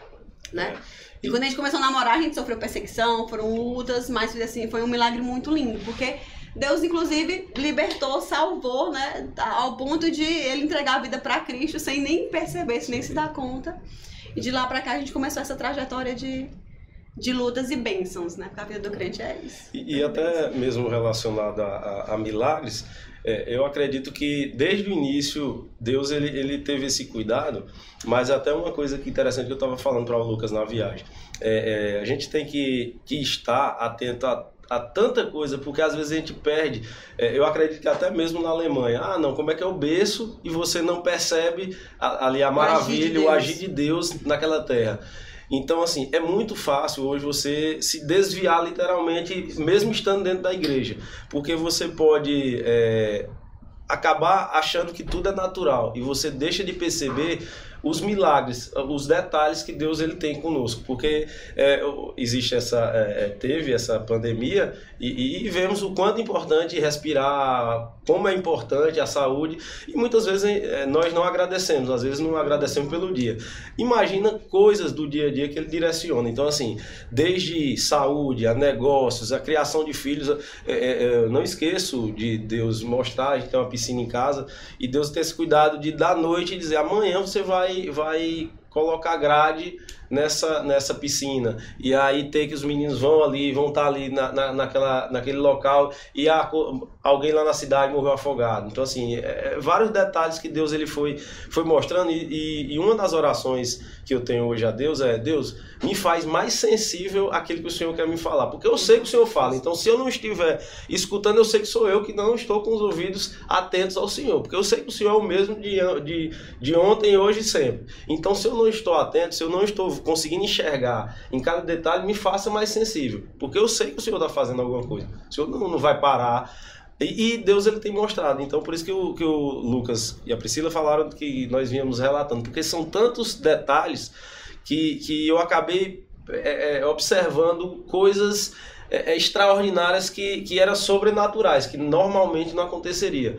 né? E quando a gente começou a namorar, a gente sofreu perseguição, foram lutas, mas assim, foi um milagre muito lindo, porque Deus, inclusive, libertou, salvou, né? Ao ponto de ele entregar a vida para Cristo sem nem perceber, sem nem se dar conta. E de lá para cá a gente começou essa trajetória de, de lutas e bênçãos, né? Porque a vida do crente é isso. E, e até mesmo relacionado a, a, a milagres, é, eu acredito que desde o início Deus ele, ele teve esse cuidado, mas até uma coisa que interessante que eu estava falando para o Lucas na viagem, é, é, a gente tem que, que estar atento a, a tanta coisa, porque às vezes a gente perde, é, eu acredito que até mesmo na Alemanha, ah não, como é que é o berço e você não percebe a, ali a maravilha, o agir de Deus naquela terra. Então, assim, é muito fácil hoje você se desviar literalmente, mesmo estando dentro da igreja. Porque você pode é, acabar achando que tudo é natural e você deixa de perceber os milagres, os detalhes que Deus ele tem conosco. Porque é, existe essa, é, teve essa pandemia e, e vemos o quanto é importante respirar, como é importante a saúde, e muitas vezes é, nós não agradecemos, às vezes não agradecemos pelo dia. Imagina coisas do dia a dia que ele direciona. Então, assim, desde saúde, a negócios, a criação de filhos, é, é, não esqueço de Deus mostrar, a gente tem uma piscina em casa, e Deus ter esse cuidado de da noite dizer, amanhã você vai vai colocar grade nessa, nessa piscina, e aí ter que os meninos vão ali, vão estar ali na, na, naquela, naquele local, e a, alguém lá na cidade morreu afogado. Então, assim, é, vários detalhes que Deus ele foi, foi mostrando, e, e, e uma das orações que eu tenho hoje a Deus é, Deus, me faz mais sensível àquilo que o Senhor quer me falar, porque eu sei que o Senhor fala, então se eu não estiver escutando, eu sei que sou eu que não estou com os ouvidos atentos ao Senhor, porque eu sei que o Senhor é o mesmo de, de, de ontem, hoje e sempre. Então, se eu não estou atento, se eu não estou conseguindo enxergar em cada detalhe, me faça mais sensível, porque eu sei que o Senhor está fazendo alguma coisa, o Senhor não, não vai parar, e, e Deus ele tem mostrado. Então por isso que o, que o Lucas e a Priscila falaram que nós vínhamos relatando, porque são tantos detalhes que, que eu acabei é, é, observando coisas é, extraordinárias que, que eram sobrenaturais, que normalmente não aconteceria.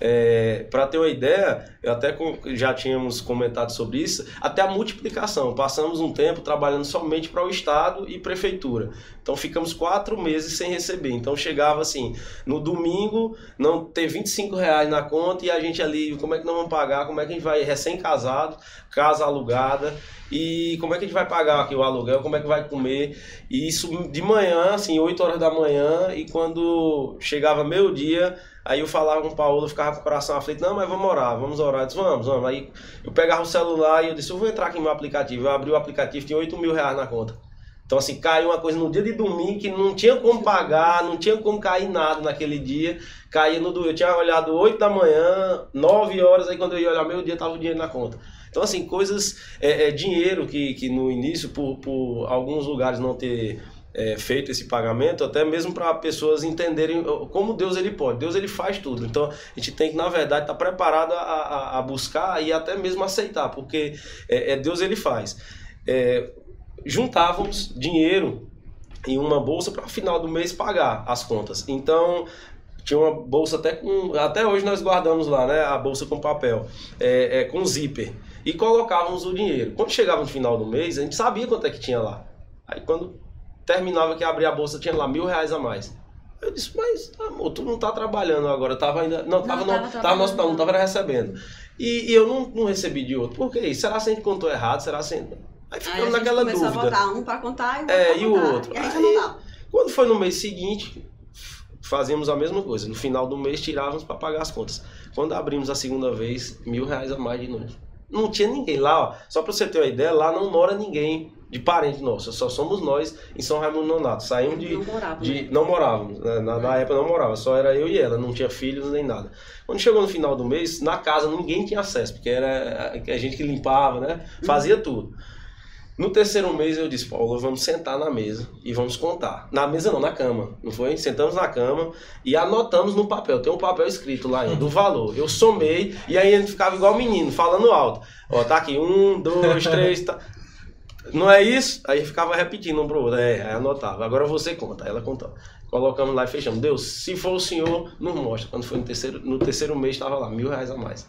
É, para ter uma ideia, eu até com, já tínhamos comentado sobre isso, até a multiplicação. Passamos um tempo trabalhando somente para o Estado e Prefeitura. Então ficamos quatro meses sem receber. Então chegava assim, no domingo, não ter vinte e cinco reais na conta, e a gente ali, como é que nós vamos pagar? Como é que a gente vai, recém-casado, casa alugada, e como é que a gente vai pagar aqui o aluguel? Como é que vai comer? E isso de manhã, assim, oito horas da manhã, e quando chegava meio-dia, aí eu falava com o Paulo, eu ficava com o coração aflito, não, mas vamos orar, vamos orar. Eu disse, vamos, vamos. Aí eu pegava o celular e eu disse, eu vou entrar aqui no meu aplicativo. Eu abri o aplicativo, tinha oito mil reais na conta. Então, assim, caiu uma coisa no dia de domingo que não tinha como pagar, não tinha como cair nada naquele dia. Caía no domingo. Eu tinha olhado oito da manhã, nove horas, aí quando eu ia olhar meio dia, tava o dinheiro na conta. Então, assim, coisas, é, é dinheiro que, que no início, por, por alguns lugares não ter é, feito esse pagamento, até mesmo para pessoas entenderem como Deus ele pode. Deus ele faz tudo. Então, a gente tem que, na verdade, estar tá preparado a, a, a buscar e até mesmo aceitar, porque é, é Deus ele faz. É, juntávamos dinheiro em uma bolsa para final do mês pagar as contas. Então tinha uma bolsa até com, até hoje nós guardamos lá, né, a bolsa com papel, é, é, com zíper, e colocávamos o dinheiro. Quando chegava no final do mês, a gente sabia quanto é que tinha lá. Aí quando terminava que abria a bolsa, tinha lá mil reais a mais. Eu disse, mas amor, tu não tá trabalhando agora, tava ainda, não, tava, não, no, tava, tava no hospital, não tava recebendo. E, e eu não, não recebi de outro. Por que? Será que a gente contou errado? Será que a gente... Aí ficamos naquela dúvida. Começou a botar um para contar e, é, pra e o outro. E a gente aí, não quando foi no mês seguinte, fazíamos a mesma coisa. No final do mês tirávamos para pagar as contas. Quando abrimos a segunda vez, mil reais a mais de novo. Não tinha ninguém lá, ó. Só para você ter uma ideia, lá não mora ninguém de parente nosso. Só somos nós em São Raimundo Nonato. Saímos de... Não morávamos. De, não morávamos. Né? Na, na época não morava. Só era eu e ela. Não tinha filhos nem nada. Quando chegou no final do mês, na casa ninguém tinha acesso. Porque era a gente que limpava, né? Fazia tudo. No terceiro mês eu disse, Paulo, vamos sentar na mesa e vamos contar. Na mesa não, na cama, não foi? Sentamos na cama e anotamos no papel. Tem um papel escrito lá ainda, do valor. Eu somei e aí a gente ficava igual menino, falando alto. Ó, tá aqui, um, dois, três, tá... Não é isso? Aí ficava repetindo um pro outro. É, aí anotava. Agora você conta. Aí ela contava. Colocamos lá e fechamos. Deus, se for o senhor, nos mostra. Quando foi no terceiro, no terceiro mês, estava lá, mil reais a mais.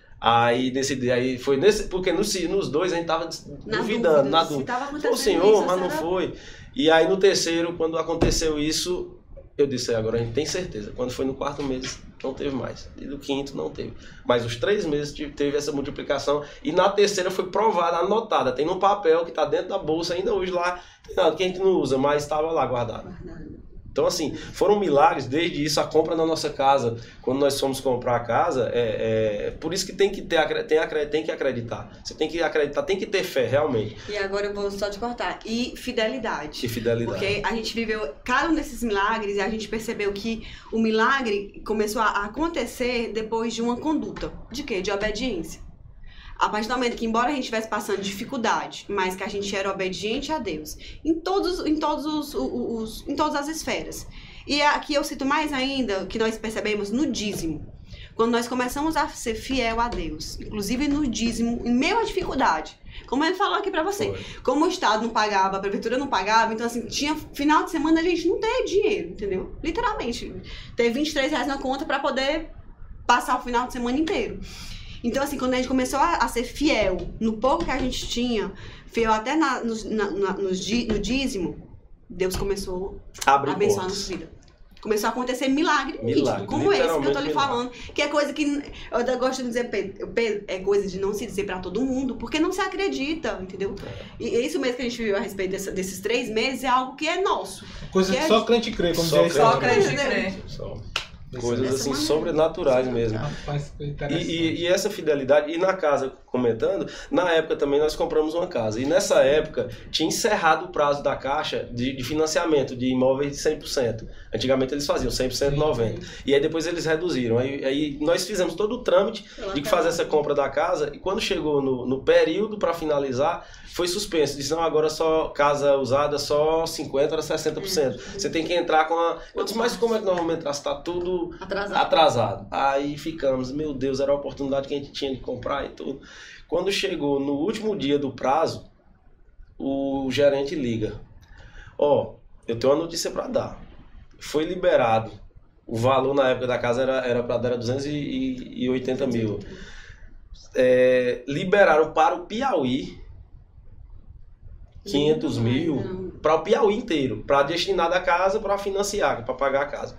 Aí nesse dia, aí foi nesse, porque nos, nos dois a gente tava Na duvidando, dúvida, na se dúvida. tava Foi o acontecendo senhor, isso, mas não será? foi. E aí no terceiro, quando aconteceu isso, eu disse, agora a gente tem certeza. Quando foi no quarto mês, não teve mais. E no quinto, não teve. Mas os três meses teve essa multiplicação. E na terceira foi provada, anotada. Tem num papel que tá dentro da bolsa ainda hoje lá. Tem nada que a gente não usa, mas estava lá guardado. Então, assim, foram milagres, desde isso, a compra da nossa casa, quando nós fomos comprar a casa, é, é por isso que tem que, ter, tem, tem que acreditar. Você tem que acreditar, tem que ter fé, realmente. E agora eu vou só te cortar. E fidelidade. E fidelidade. Porque a gente viveu cada um desses milagres e a gente percebeu que o milagre começou a acontecer depois de uma conduta. De quê? De obediência. A partir do momento que, embora a gente estivesse passando dificuldade, mas que a gente era obediente a Deus, em, todos, em, todos os, os, os, em todas as esferas. E aqui eu cito mais ainda, que nós percebemos no dízimo. Quando nós começamos a ser fiel a Deus, inclusive no dízimo, em meio à dificuldade. Como ele falou aqui pra você. Foi. Como o Estado não pagava, a Prefeitura não pagava, então assim, tinha final de semana a gente não ter dinheiro, entendeu? Literalmente. Ter vinte e três reais na conta pra poder passar o final de semana inteiro. Então, assim, quando a gente começou a, a ser fiel no pouco que a gente tinha, fiel até na, no, na, na, no, no dízimo, Deus começou Abre a abençoar a portas. nossa vida. Começou a acontecer milagre, Milagre, nítido, como esse que eu tô literalmente lhe falando. Que é coisa que, eu gosto de dizer, Pedro, Pedro, é coisa de não se dizer pra todo mundo, porque não se acredita, entendeu? E é isso mesmo que a gente viu a respeito dessa, desses três meses, é algo que é nosso. Coisa que Que é- só crente crê, como Só diz Só crente. crente crê. Só. Desse- Coisas dessa assim, maneira. sobrenaturais mesmo. Rapaz, que E, interessante. e, e essa fidelidade, e na casa, comentando, na época também nós compramos uma casa. E nessa época tinha encerrado o prazo da Caixa de, de financiamento de imóveis de cem por cento. Antigamente eles faziam cem por cento, noventa por cento. E aí depois eles reduziram. Aí, aí nós fizemos todo o trâmite de fazer essa compra da casa. E quando chegou no, no período para finalizar, foi suspenso. Disse, não, agora só casa usada, só cinquenta por cento, era sessenta por cento. Você tem que entrar com a... Eu disse, mas como é que nós vamos entrar? Se tá tudo Atrasado. atrasado. Aí ficamos, meu Deus, era a oportunidade que a gente tinha de comprar e tudo. Quando chegou no último dia do prazo, o gerente liga. Ó, eu tenho uma notícia para dar. Foi liberado. O valor na época da casa era, era para dar duzentos e oitenta mil. É, liberaram para o Piauí quinhentos mil para o Piauí inteiro, para destinar da casa para financiar, para pagar a casa.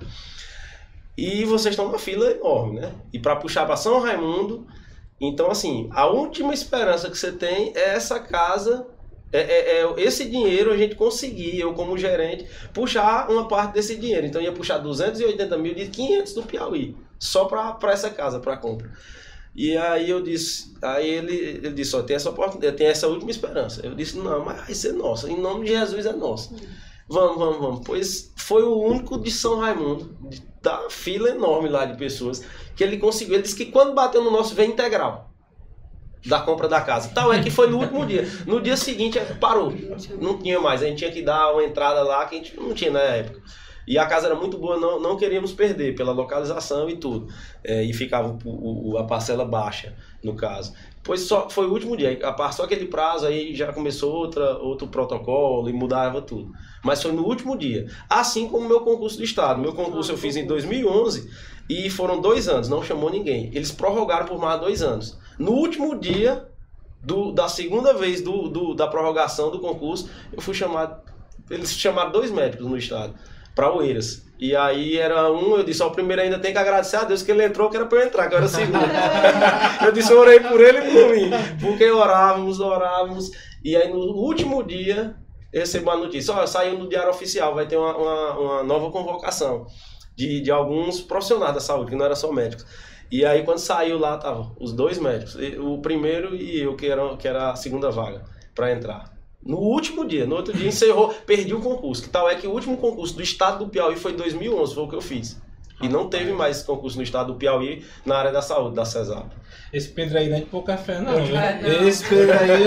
E vocês estão numa fila enorme, né? E para puxar para São Raimundo, então assim, a última esperança que você tem é essa casa, é, é, é esse dinheiro a gente conseguir, eu como gerente, puxar uma parte desse dinheiro. Então ia puxar duzentos e oitenta mil de quinhentos do Piauí, só para essa casa, para compra. E aí eu disse, aí ele, ele disse, ó, tem essa oportunidade, tem essa última esperança. Eu disse, não, mas vai ser nossa, em nome de Jesus é nossa. Vamos, vamos, vamos. Pois foi o único de São Raimundo, de, da fila enorme lá de pessoas, que ele conseguiu. Ele disse que quando bateu no nosso veio integral da compra da casa. Tal é que foi no último dia. No dia seguinte parou. Não tinha mais. A gente tinha que dar uma entrada lá que a gente não tinha na época. E a casa era muito boa, não, não queríamos perder pela localização e tudo. É, e ficava o, o, a parcela baixa, no caso. Pois só foi o último dia. Passou aquele prazo, aí já começou outra, outro protocolo e mudava tudo. Mas foi no último dia. Assim como o meu concurso do Estado. Meu concurso eu fiz em dois mil e onze e foram dois anos, não chamou ninguém. Eles prorrogaram por mais dois anos. No último dia do, da segunda vez do, do, da prorrogação do concurso, eu fui chamado. Eles chamaram dois médicos no Estado para Oeiras. E aí era um, eu disse, ó, o primeiro ainda tem que agradecer a Deus que ele entrou, que era para eu entrar, que eu era o segundo. Eu disse, eu orei por ele e por mim. Porque orávamos, orávamos. E aí no último dia, eu recebi uma notícia, ó, saiu no Diário Oficial, vai ter uma, uma, uma nova convocação de, de alguns profissionais da saúde, que não era só médicos. E aí quando saiu lá, tava os dois médicos, o primeiro e eu, que era, que era a segunda vaga, para entrar. No último dia, no outro dia encerrou, perdi o concurso. Que tal é que o último concurso do Estado do Piauí foi em dois mil e onze, foi o que eu fiz. E não teve mais esse concurso no estado do Piauí na área da saúde, da CESAP. Esse Pedro aí não é de pouca fé, não. É, não. Esse Pedro aí...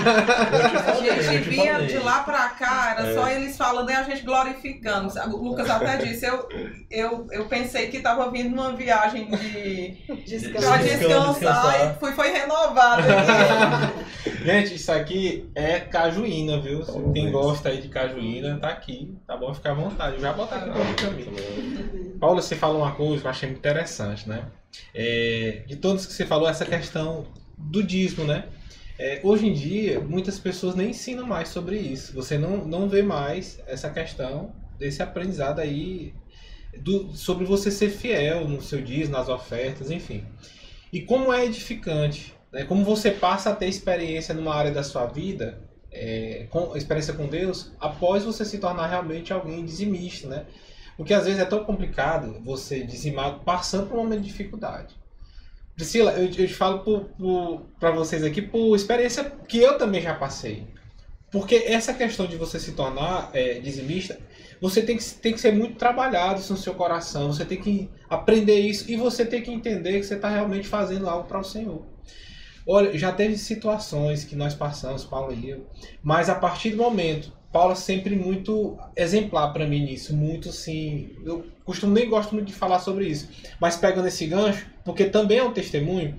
A gente via de lá pra cá, era É. só eles falando e a gente glorificando. O Lucas até disse, eu, eu, eu pensei que tava vindo numa viagem de pra descansar, descansar. e fui, foi renovado. Gente, isso aqui é cajuína, viu? Se Oh, quem Deus. gosta aí de cajuína, tá aqui. Tá bom? Fica à vontade. Eu já boto aqui pra mim. Paula, você falou uma coisa que eu achei muito interessante, né? É, de todos que você falou, essa questão do dízimo, né? É, hoje em dia, muitas pessoas nem ensinam mais sobre isso. Você não, não vê mais essa questão desse aprendizado aí do, sobre você ser fiel no seu dízimo, nas ofertas, enfim. E como é edificante, né? Como você passa a ter experiência numa área da sua vida, é, com, experiência com Deus, após você se tornar realmente alguém dizimista, né? Porque às vezes é tão complicado você dizimar passando por um momento de dificuldade. Priscila, eu, eu te falo para vocês aqui por experiência que eu também já passei. Porque essa questão de você se tornar é, dizimista, você tem que, tem que ser muito trabalhado isso no seu coração, você tem que aprender isso e você tem que entender que você está realmente fazendo algo para o Senhor. Olha, já teve situações que nós passamos, Paulo e eu, mas a partir do momento, Paula sempre muito exemplar para mim nisso, muito assim, eu costumo nem gosto muito de falar sobre isso, mas pegando esse gancho, porque também é um testemunho,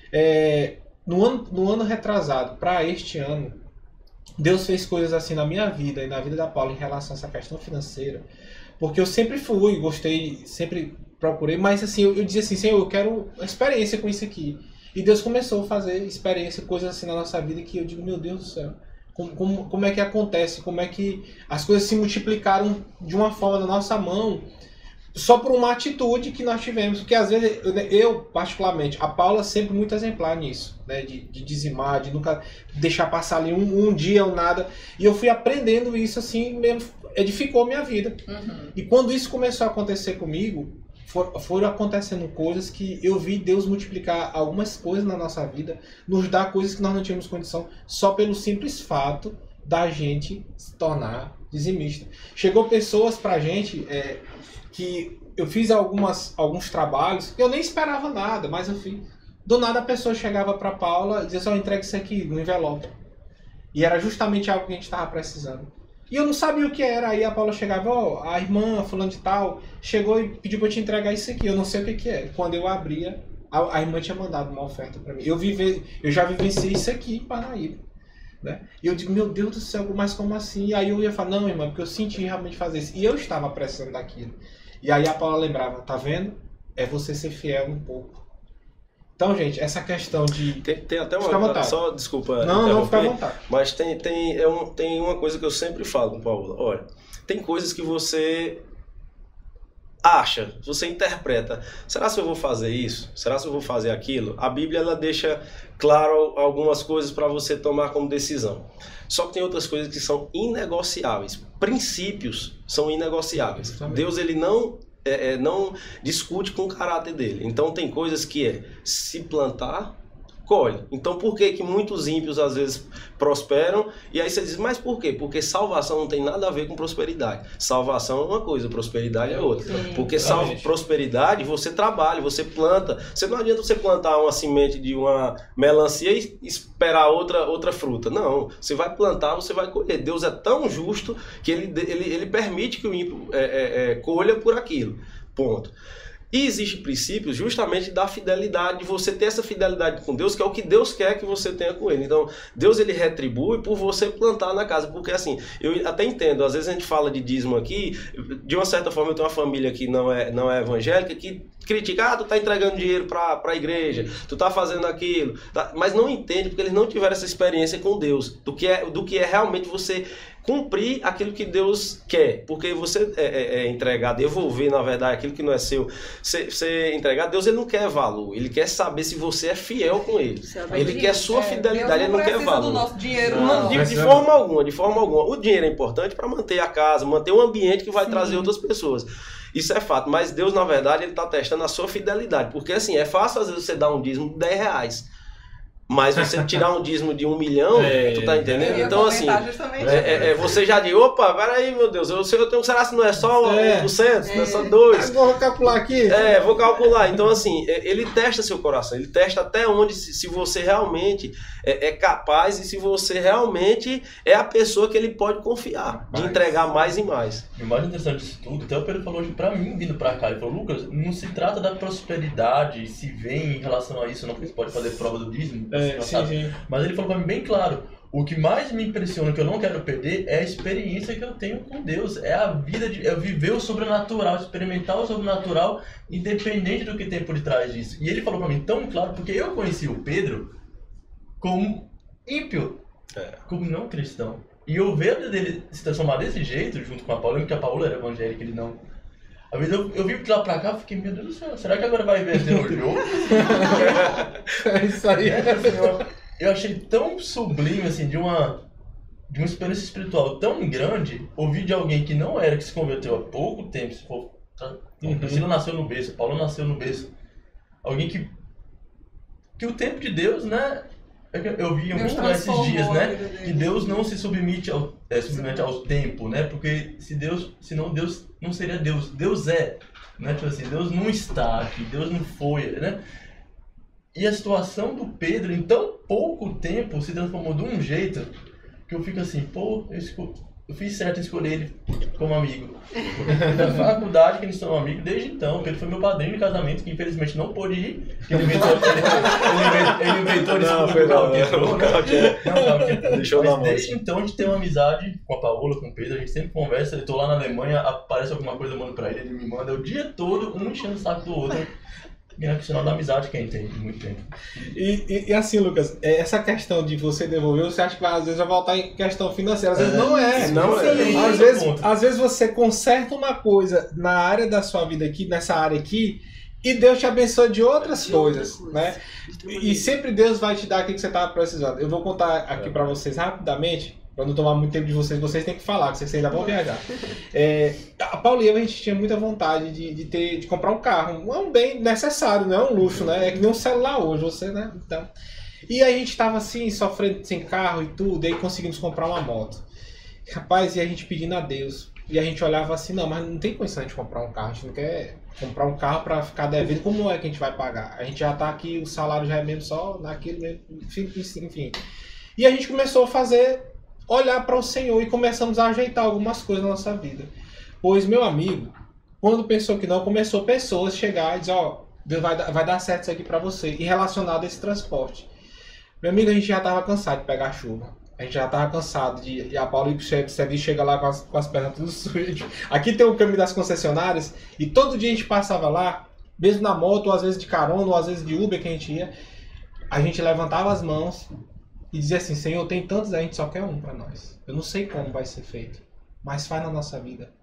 é, no, ano, no ano retrasado para este ano, Deus fez coisas assim na minha vida e na vida da Paula em relação a essa questão financeira, porque eu sempre fui, gostei, sempre procurei, mas assim, eu, eu dizia assim, Senhor, eu quero experiência com isso aqui. E Deus começou a fazer experiência, coisas assim na nossa vida que eu digo, meu Deus do céu, como, como, como é que acontece, como é que as coisas se multiplicaram de uma forma na nossa mão, só por uma atitude que nós tivemos. Porque às vezes, eu, eu particularmente, a Paula sempre muito exemplar nisso, né, de, de dizimar, de nunca deixar passar ali um, um dia ou nada. E eu fui aprendendo isso assim, mesmo, edificou minha vida. Uhum. E quando isso começou a acontecer comigo, for, foram acontecendo coisas que eu vi Deus multiplicar algumas coisas na nossa vida, nos dar coisas que nós não tínhamos condição, só pelo simples fato da gente se tornar dizimista. Chegou pessoas pra gente é, que eu fiz algumas, alguns trabalhos que eu nem esperava nada, mas eu fiz. Do nada a pessoa chegava pra Paula e dizia só, entrega isso aqui no envelope. E era justamente algo que a gente estava precisando. E eu não sabia o que era. Aí a Paula chegava, ó, oh, a irmã fulano de tal chegou e pediu para eu te entregar isso aqui. Eu não sei o que que é. Quando eu abria, a, a irmã tinha mandado uma oferta para mim. Eu, vive, eu já vivenciei isso aqui em Parnaíba. Né? E eu digo, meu Deus do céu, mas como assim? E aí eu ia falar, não, irmã, porque eu senti realmente fazer isso. E eu estava precisando daquilo. E aí a Paula lembrava, tá vendo? É você ser fiel um pouco. Então, gente, essa questão de... Tem, tem até Fica à uma... vontade. Só, desculpa... Não, não, fica à interromper, vontade. Mas tem, tem, é um, tem uma coisa que eu sempre falo, Paulo. Olha, tem coisas que você acha, você interpreta. Será que eu vou fazer isso? Será que eu vou fazer aquilo? A Bíblia, ela deixa claro algumas coisas para você tomar como decisão. Só que tem outras coisas que são inegociáveis. Princípios são inegociáveis. Exatamente. Deus, ele não... É, é, não discute com o caráter dele. Então tem coisas que é se plantar, colhe. Então por que que muitos ímpios às vezes prosperam? E aí você diz, mas por quê? Porque salvação não tem nada a ver com prosperidade. Salvação é uma coisa, prosperidade é outra. Sim. Porque salva, Exatamente. prosperidade você trabalha, você planta. Você não adianta você plantar uma semente de uma melancia e esperar outra, outra fruta. Não, você vai plantar, você vai colher. Deus é tão justo que ele, ele, ele permite que o ímpio é, é, é, colha por aquilo. Ponto. E existem princípios justamente da fidelidade, de você ter essa fidelidade com Deus, que é o que Deus quer que você tenha com Ele. Então, Deus, ele retribui por você plantar na casa, porque assim, eu até entendo, às vezes a gente fala de dízimo aqui, de uma certa forma eu tenho uma família que não é, não é evangélica, que critica, ah, tu tá entregando dinheiro pra, pra igreja, tu tá fazendo aquilo, tá? Mas não entende, porque eles não tiveram essa experiência com Deus, do que é, do que é realmente você cumprir aquilo que Deus quer, porque você é, é, é entregar, devolver, na verdade, aquilo que não é seu, você, você entregar, Deus, ele não quer valor, ele quer saber se você é fiel com ele, ele quer sua fidelidade, ele não quer valor. do nosso dinheiro, Não, não. de, de forma alguma, de forma alguma. O dinheiro é importante para manter a casa, manter um ambiente que vai Sim. trazer outras pessoas. Isso é fato, mas Deus, na verdade, ele está testando a sua fidelidade, porque assim, é fácil às vezes você dar um dízimo de dez reais. Mas você tirar um dízimo de um milhão, É, tu tá entendendo? Eu ia Então, assim, comentar justamente é, é, é, você já diz, opa, peraí, meu Deus, eu, eu tenho, será que não é só É. um por cento, não é só dois? Agora vou calcular aqui. É, vou calcular. Então, assim, é, ele testa seu coração, ele testa até onde, se, se você realmente é, é capaz e se você realmente é a pessoa que ele pode confiar, de entregar mais e mais. E o mais interessante disso tudo, até o Pedro falou hoje pra mim, vindo pra cá, ele falou, Lucas, não se trata da prosperidade, se vem em relação a isso, não, porque você pode fazer prova do dízimo, É, você sim, sabe. sim. Mas ele falou pra mim bem claro, o que mais me impressiona, que eu não quero perder, é a experiência que eu tenho com Deus, é a vida, de, é viver o sobrenatural, experimentar o sobrenatural, independente do que tem por trás disso. E ele falou pra mim tão claro, porque eu conheci o Pedro como ímpio, É. como não cristão. E eu ver a vida dele se transformar desse jeito, junto com a Paula, porque a Paula era evangélica, ele não. Às vezes eu, eu vim de lá pra cá e fiquei, meu Deus do céu, será que agora vai inverter o jogo? É isso aí. É, assim, eu, eu achei tão sublime, assim, de uma, de uma experiência espiritual tão grande, ouvir de alguém que não era, que se converteu há pouco tempo, se for, tá? Uhum. Priscila nasceu no berço, Paulo nasceu no berço. Alguém que, que o tempo de Deus, né, eu vi em alguns lugares esses dias, né, que Deus não se submete ao, é, submete ao tempo, né, porque se Deus, senão Deus não seria Deus, Deus é, né, tipo assim, Deus não está aqui, Deus não foi, né. E a situação do Pedro, em tão pouco tempo, se transformou de um jeito que eu fico assim, pô, eu, esco... eu fiz certo em escolher ele como amigo. Na faculdade que eles são amigos desde então, porque ele foi meu padrinho de casamento, que infelizmente não pôde ir, que ele inventou, ele, ele inventou ele Não, desculpa foi o carro não, que não, entrou, o né? carro que é. Não, o carro que entrou. Deixou na Mas mão. desde então a gente tem uma amizade com a Paola, com o Pedro, a gente sempre conversa, eu tô lá na Alemanha, aparece alguma coisa, eu mando pra ele, ele me manda o dia todo, um enchendo o saco do outro. E é sinal da amizade que a gente tem de muito tempo. E, e, e assim, Lucas, é, essa questão de você devolver, você acha que vai, às vezes vai voltar em questão financeira. Às vezes É, não é. não é. Sim, Às esse vezes, é o ponto. às vezes você conserta uma coisa na área da sua vida aqui, nessa área aqui, e Deus te abençoa de outras De outra coisas, coisa. né? E sempre Deus vai te dar aquilo que você estava precisando. Eu vou contar aqui pra vocês rapidamente, pra não tomar muito tempo de vocês, vocês têm que falar, que vocês ainda vão viajar. É, a Paula e eu, a gente tinha muita vontade de, de, ter, de comprar um carro. É um bem necessário, não é um luxo, né? É que nem um celular hoje, você, né? Então, e aí a gente tava assim, sofrendo sem carro e tudo, e aí conseguimos comprar uma moto. Rapaz, e a gente pedindo a Deus. E a gente olhava assim, não, mas não tem condição de comprar um carro, a gente não quer comprar um carro pra ficar devendo, como é que a gente vai pagar? A gente já tá aqui, o salário já é mesmo só naquele mesmo, enfim, enfim. E a gente começou a fazer, olhar para o Senhor e começamos a ajeitar algumas coisas na nossa vida. Pois, meu amigo, quando pensou que não, começou pessoas a chegar e dizer, ó, Deus vai, dar- vai dar certo isso aqui para você, e relacionado a esse transporte. Meu amigo, a gente já tava cansado de pegar chuva. A gente já tava cansado de... E a Paula ir pro serviço, chega lá com as, com as pernas tudo sujas. Aqui tem o caminho das concessionárias, e todo dia a gente passava lá, mesmo na moto, ou às vezes de carona, ou às vezes de Uber que a gente ia, a gente levantava as mãos e dizia assim, Senhor, tem tantos, a gente só quer um para nós. Eu não sei como vai ser feito, mas faz na nossa vida.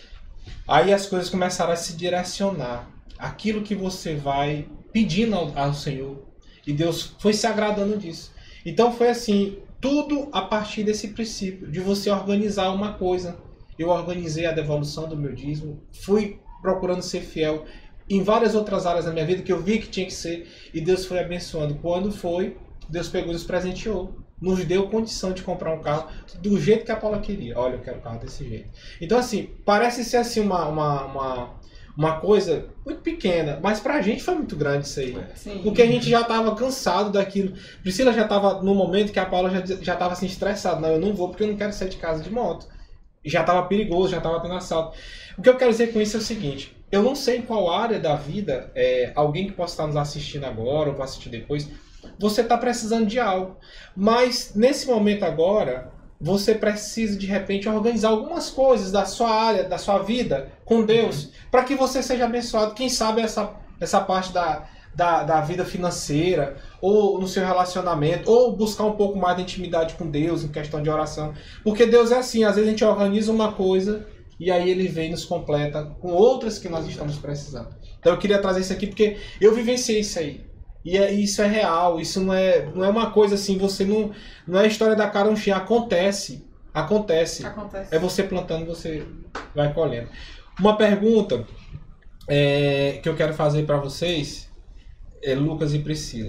Aí as coisas começaram a se direcionar. Aquilo que você vai pedindo ao, ao Senhor. E Deus foi se agradando disso. Então foi assim, tudo a partir desse princípio, de você organizar uma coisa. Eu organizei a devolução do meu dízimo, fui procurando ser fiel em várias outras áreas da minha vida que eu vi que tinha que ser, e Deus foi abençoando. Quando foi, Deus pegou e nos presenteou. Nos deu condição de comprar um carro do jeito que a Paula queria. Olha, eu quero um carro desse jeito. Então, assim, parece ser assim uma, uma, uma, uma coisa muito pequena, mas pra gente foi muito grande isso aí. Sim. Porque a gente já tava cansado daquilo. Priscila já tava no momento que a Paula já, já tava assim estressada. Não, eu não vou porque eu não quero sair de casa de moto. Já tava perigoso, já tava tendo assalto. O que eu quero dizer com isso é o seguinte. Eu não sei em qual área da vida, é, alguém que possa estar nos assistindo agora ou vai assistir depois, você está precisando de algo. Mas nesse momento agora, você precisa de repente organizar algumas coisas da sua área, da sua vida com Deus, para que você seja abençoado. Quem sabe essa, essa parte da, da, da vida financeira, ou no seu relacionamento, ou buscar um pouco mais de intimidade com Deus em questão de oração. Porque Deus é assim, às vezes a gente organiza uma coisa e aí Ele vem e nos completa com outras que nós estamos precisando. Então eu queria trazer isso aqui porque eu vivenciei isso aí. E é, isso é real, isso não é, não é uma coisa assim, você não, não é a história da caronchinha, acontece, acontece. Acontece. É você plantando, você vai colhendo. Uma pergunta é, que eu quero fazer para vocês, é, Lucas e Priscila.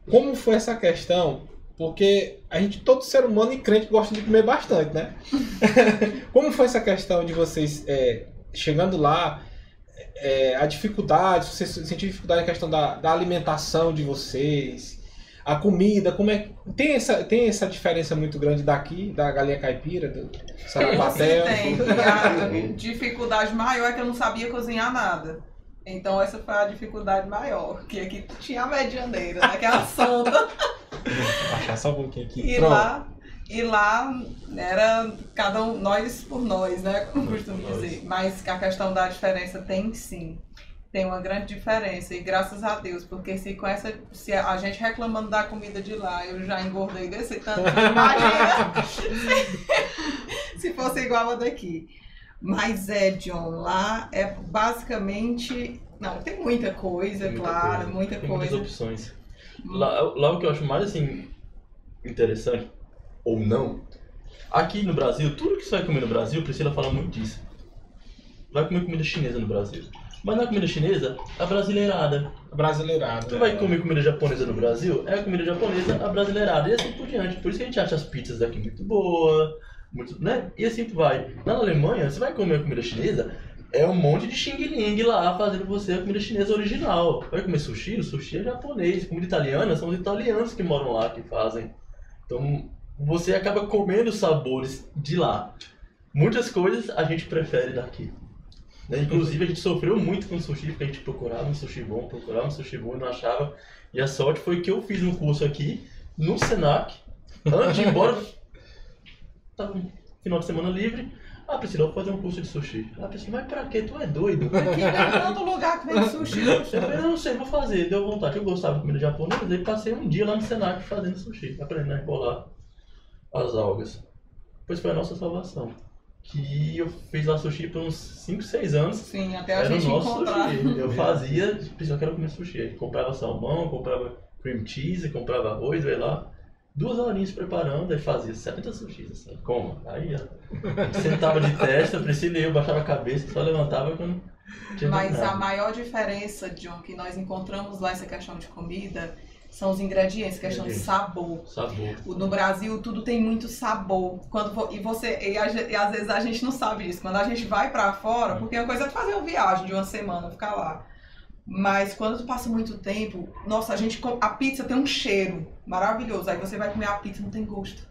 como foi essa questão? Porque a gente, todo ser humano e crente gosta de comer bastante, né? Como foi essa questão de vocês é, chegando lá, é, a dificuldade, vocês sentiram dificuldade na questão da, da alimentação de vocês, a comida, como é tem essa tem essa diferença muito grande daqui, da galinha caipira, do sarapatel? Tem. A dificuldade maior é que eu não sabia cozinhar nada. Então essa foi a dificuldade maior, que aqui tinha a medianeira, né? Que é a sonda. Achar só um pouquinho aqui. E Pronto. lá, e lá era cada um, nós por nós, né? Como costumo dizer. Mas a questão da diferença tem sim. Tem uma grande diferença. E graças a Deus, porque se com essa. Se a gente reclamando da comida de lá, eu já engordei desse tanto, imagina se fosse igual a daqui. Mas é, John, lá é basicamente. Não, tem muita coisa, Tem muita claro, coisa. muita Tem coisa. muitas opções. Lá, lá o que eu acho mais assim interessante, ou não, aqui no Brasil, tudo que você vai comer no Brasil, Priscila fala muito disso. Vai comer comida chinesa no Brasil. Mas na comida chinesa, a brasileirada. Brasileirado. Tu é. vai comer comida japonesa no Brasil, é a comida japonesa, a brasileirada. E assim por diante. Por isso que a gente acha as pizzas daqui muito boas, muito, né? E assim tu vai. Lá na Alemanha, você vai comer a comida chinesa, é um monte de xing-ling lá fazendo você a comida chinesa original. Vai comer sushi? O sushi é japonês. Comida italiana, são os italianos que moram lá que fazem. Então você acaba comendo sabores de lá. Muitas coisas a gente prefere daqui. Né? Inclusive a gente sofreu muito com sushi, porque a gente procurava um sushi bom, procurava um sushi bom e não achava. E a sorte foi que eu fiz um curso aqui no Senac, antes de ir embora. Tava um final de semana livre. Ah, Priscila, eu vou fazer um curso de sushi. Ah, Priscila, mas pra quê? Tu é doido? Aqui tem tanto lugar que vende sushi. Eu falei, eu não sei, vou fazer. Deu vontade. Eu gostava de comida japonesa, daí passei um dia lá no Senac fazendo sushi, aprendendo a enrolar as algas. Depois foi a nossa salvação. Que eu fiz lá sushi por uns cinco, seis anos. Sim, até a Era o gente nosso encontrar. sushi. Eu fazia, Priscila, eu quero comer sushi. Aí comprava salmão, comprava cream cheese, comprava arroz, veio lá. Duas horinhas preparando, aí fazia setenta sushis, assim, como? Aí, ó, sentava de testa, Priscila e eu baixava a cabeça, só levantava quando tinha Mas terminado. a maior diferença, John, que nós encontramos lá, essa questão de comida, são os ingredientes, questão de sabor. Sabor. O- No Brasil, tudo tem muito sabor. Quando vo- e você e, a ge- e às vezes a gente não sabe disso. Quando a gente vai pra fora, porque uma coisa é fazer uma viagem de uma semana, ficar lá. Mas quando tu passa muito tempo, nossa, a gente co- a pizza tem um cheiro maravilhoso. Aí você vai comer a pizza, não tem gosto.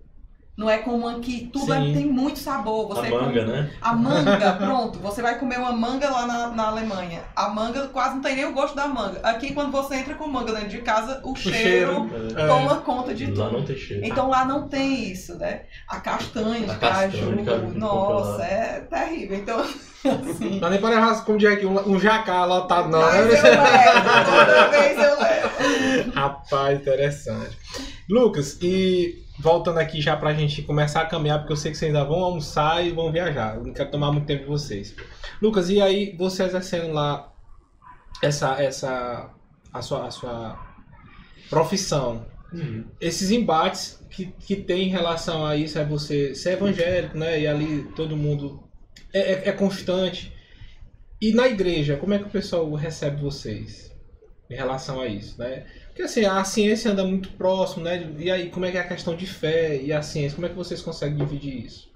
Não é como aqui, tudo é- Sim. tem muito sabor. Você A manga, né? A manga, pronto. Você vai comer uma manga lá na, na Alemanha. A manga quase não tem nem o gosto da manga. Aqui, quando você entra com manga dentro de casa, o, cheiro, cheiro, é. toma conta de Lá tudo. não tem cheiro. Então lá não tem isso, né? A castanha de A castanha caju, de caju que nossa, compra lá. é terrível. Então, assim. Não é nem para levar, como dizer aqui, um, um jacá lotado, não. Mas né? eu levo, toda vez eu levo. Rapaz, interessante. Lucas, e voltando aqui já pra gente começar a caminhar, porque eu sei que vocês ainda vão almoçar e vão viajar. Eu não quero tomar muito tempo de vocês. Lucas, e aí você exercendo lá essa, essa a, sua, a sua profissão, Hum. esses embates que, que tem em relação a isso, é você ser evangélico, né? E ali todo mundo é, é, é constante. E na igreja, como é que o pessoal recebe vocês em relação a isso, né? Porque assim, a ciência anda muito próximo, né? E aí, como é que é a questão de fé e a ciência? Como é que vocês conseguem dividir isso?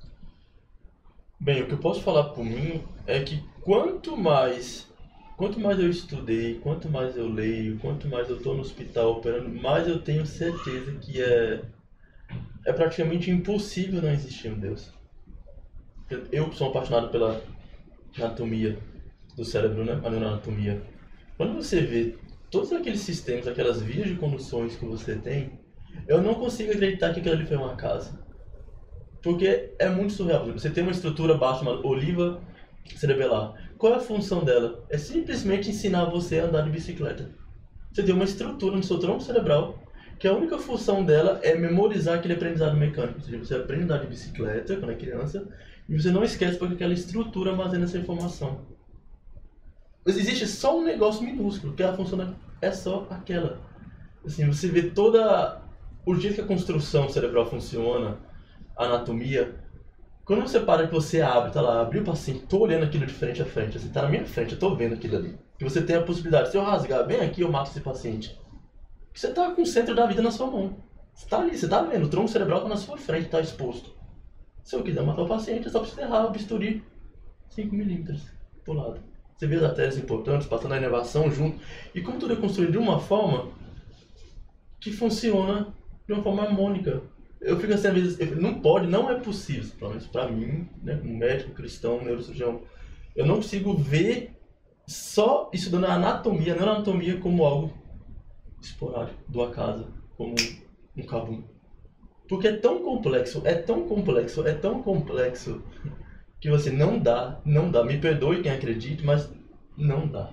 Bem, o que eu posso falar por mim é que quanto mais, quanto mais eu estudei, quanto mais eu leio, quanto mais eu estou no hospital operando, mais eu tenho certeza que é, é praticamente impossível não existir um Deus. Eu, eu sou apaixonado pela anatomia do cérebro, né? A neuroanatomia. Quando você vê todos aqueles sistemas, aquelas vias de conduções que você tem, eu não consigo acreditar que aquilo ali foi uma casa. Porque é muito surreal. Você tem uma estrutura baixa chamada oliva cerebelar. Qual é a função dela? É simplesmente ensinar você a andar de bicicleta. Você tem uma estrutura no seu tronco cerebral que a única função dela é memorizar aquele aprendizado mecânico. Ou seja, você aprende a andar de bicicleta quando é criança e você não esquece porque aquela estrutura armazena essa informação. Mas existe só um negócio minúsculo, que a função é só aquela. Assim, você vê toda o jeito que a construção cerebral funciona, a anatomia. Quando você para que você abre, tá lá, abriu o paciente, tô olhando aquilo de frente a frente, assim, tá na minha frente, eu tô vendo aquilo ali. Que você tem a possibilidade, se eu rasgar bem aqui, eu mato esse paciente. que você tá com o centro da vida na sua mão. Você tá ali, você tá vendo, o tronco cerebral tá na sua frente, tá exposto. Se eu quiser matar o paciente, é só precisar errar o bisturi cinco milímetros pro lado. Você vê as artérias importantes, passando a inervação junto. E como tudo é construído de uma forma que funciona de uma forma harmônica. Eu fico assim, às vezes, eu, não pode, não é possível, pelo menos pra mim, né, como médico, cristão, neurocirurgião, eu não consigo ver só estudando a anatomia, a neuroanatomia como algo esporádico, do acaso, como um cabum. Porque é tão complexo, é tão complexo, é tão complexo, que você não dá, não dá. Me perdoe quem acredite, mas não dá.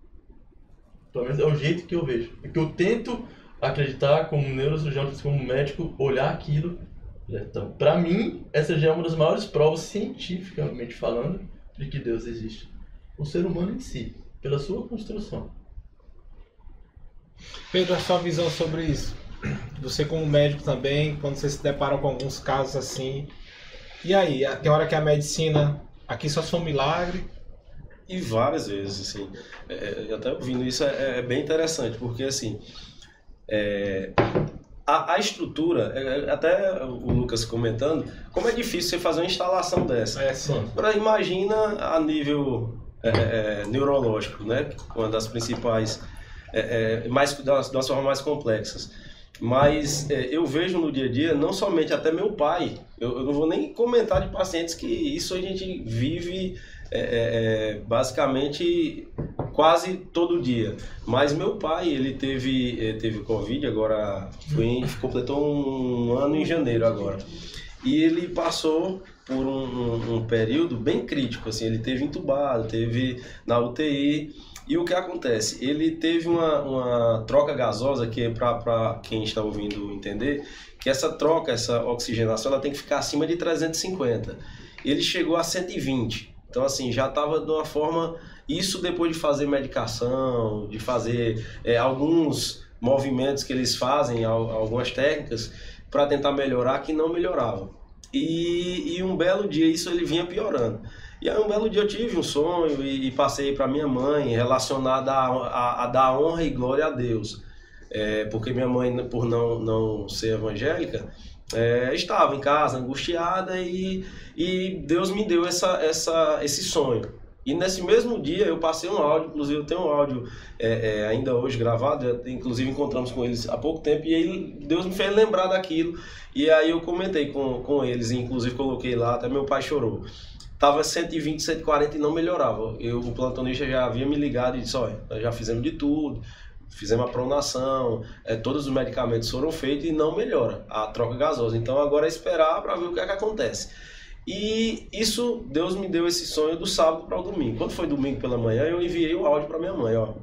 Pelo menos é o jeito que eu vejo. Porque eu tento acreditar como neurocirurgião, como médico, olhar aquilo. Então, pra mim, essa já é uma das maiores provas, cientificamente falando, de que Deus existe. O ser humano em si, pela sua construção. Pedro, a sua visão sobre isso? Você como médico também, quando você se depara com alguns casos assim, e aí? Tem hora que a medicina, aqui só são um milagre? E várias vezes, assim, é, eu até ouvindo isso é, é bem interessante, porque assim, é, a, a estrutura, é, até o Lucas comentando, como é difícil você fazer uma instalação dessa. É, sim. Pra, imagina a nível é, é, neurológico, né? Uma das principais, é, é, mais, das, das formas mais complexas. Mas é, eu vejo no dia a dia, não somente até meu pai, eu, eu não vou nem comentar de pacientes que isso a gente vive é, é, basicamente quase todo dia. Mas meu pai, ele teve, é, teve Covid, agora foi em, completou um ano em janeiro agora. E ele passou por um, um, um período bem crítico, assim, ele teve entubado, teve na U T I. E o que acontece? Ele teve uma, uma troca gasosa, que para quem está ouvindo entender, que essa troca, essa oxigenação, ela tem que ficar acima de trezentos e cinquenta. Ele chegou a cento e vinte. Então, assim, já estava de uma forma... Isso depois de fazer medicação, de fazer é, alguns movimentos que eles fazem, algumas técnicas, para tentar melhorar, que não melhoravam. E, e um belo dia isso ele vinha piorando. E aí um belo dia eu tive um sonho e, e passei para minha mãe relacionado a, a, a dar honra e glória a Deus. É, porque minha mãe, por não, não ser evangélica, é, estava em casa angustiada e, e Deus me deu essa, essa, esse sonho. E nesse mesmo dia eu passei um áudio, inclusive eu tenho um áudio é, é, ainda hoje gravado, inclusive encontramos com eles há pouco tempo, e aí Deus me fez lembrar daquilo, e aí eu comentei com, com eles, e inclusive coloquei lá, até meu pai chorou. Tava cento e vinte, cento e quarenta e não melhorava. Eu, o plantonista já havia me ligado e disse, olha, nós já fizemos de tudo, fizemos a pronação, é, todos os medicamentos foram feitos e não melhora a troca gasosa. Então agora é esperar para ver o que é que acontece. E isso, Deus me deu esse sonho do sábado para o domingo. Quando foi domingo pela manhã, eu enviei o áudio para minha mãe, ó.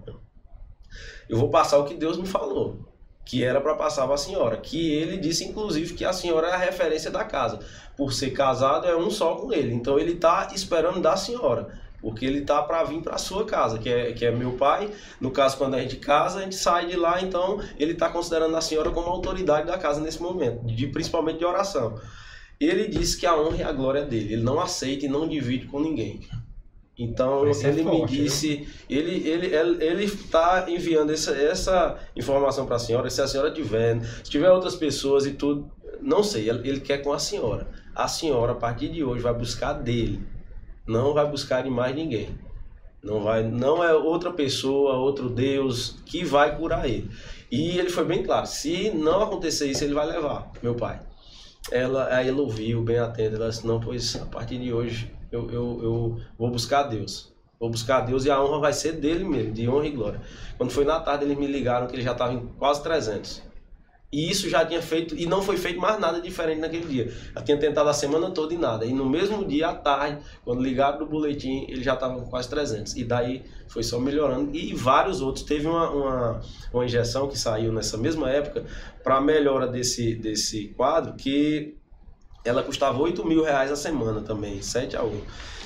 Eu vou passar o que Deus me falou, que era para passar para a senhora, que ele disse inclusive que a senhora é a referência da casa. Por ser casado é um só com ele, então ele está esperando da senhora, porque ele está para vir para a sua casa, que é, que é meu pai. No caso, quando a gente casa, a gente sai de lá, então ele está considerando a senhora como autoridade da casa nesse momento, de, principalmente de oração. Ele disse que a honra e a glória é dele, ele não aceita e não divide com ninguém. Então ele é me forte, disse, né? ele ele ele está enviando essa, essa informação para a senhora, se a senhora tiver, se tiver outras pessoas e tudo, não sei, ele, ele quer com a senhora. A senhora, a partir de hoje, vai buscar dele, não vai buscar em mais ninguém. Não, vai, não é outra pessoa, outro Deus que vai curar ele. E ele foi bem claro, se não acontecer isso, ele vai levar, meu pai. Ela, aí ela ouviu, bem atenta, ela disse, não, pois a partir de hoje eu, eu, eu vou buscar a Deus. Vou buscar a Deus e a honra vai ser dele mesmo, de honra e glória. Quando foi na tarde, eles me ligaram que ele já estava em quase trezentos. E isso já tinha feito, e não foi feito mais nada diferente naquele dia. Eu tinha tentado a semana toda e nada. E no mesmo dia, à tarde, quando ligaram no boletim, ele já estava com quase trezentos. E daí foi só melhorando. E vários outros. Teve uma, uma, uma injeção que saiu nessa mesma época para a melhora desse, desse quadro, que ela custava oito mil reais a semana também, sete a um.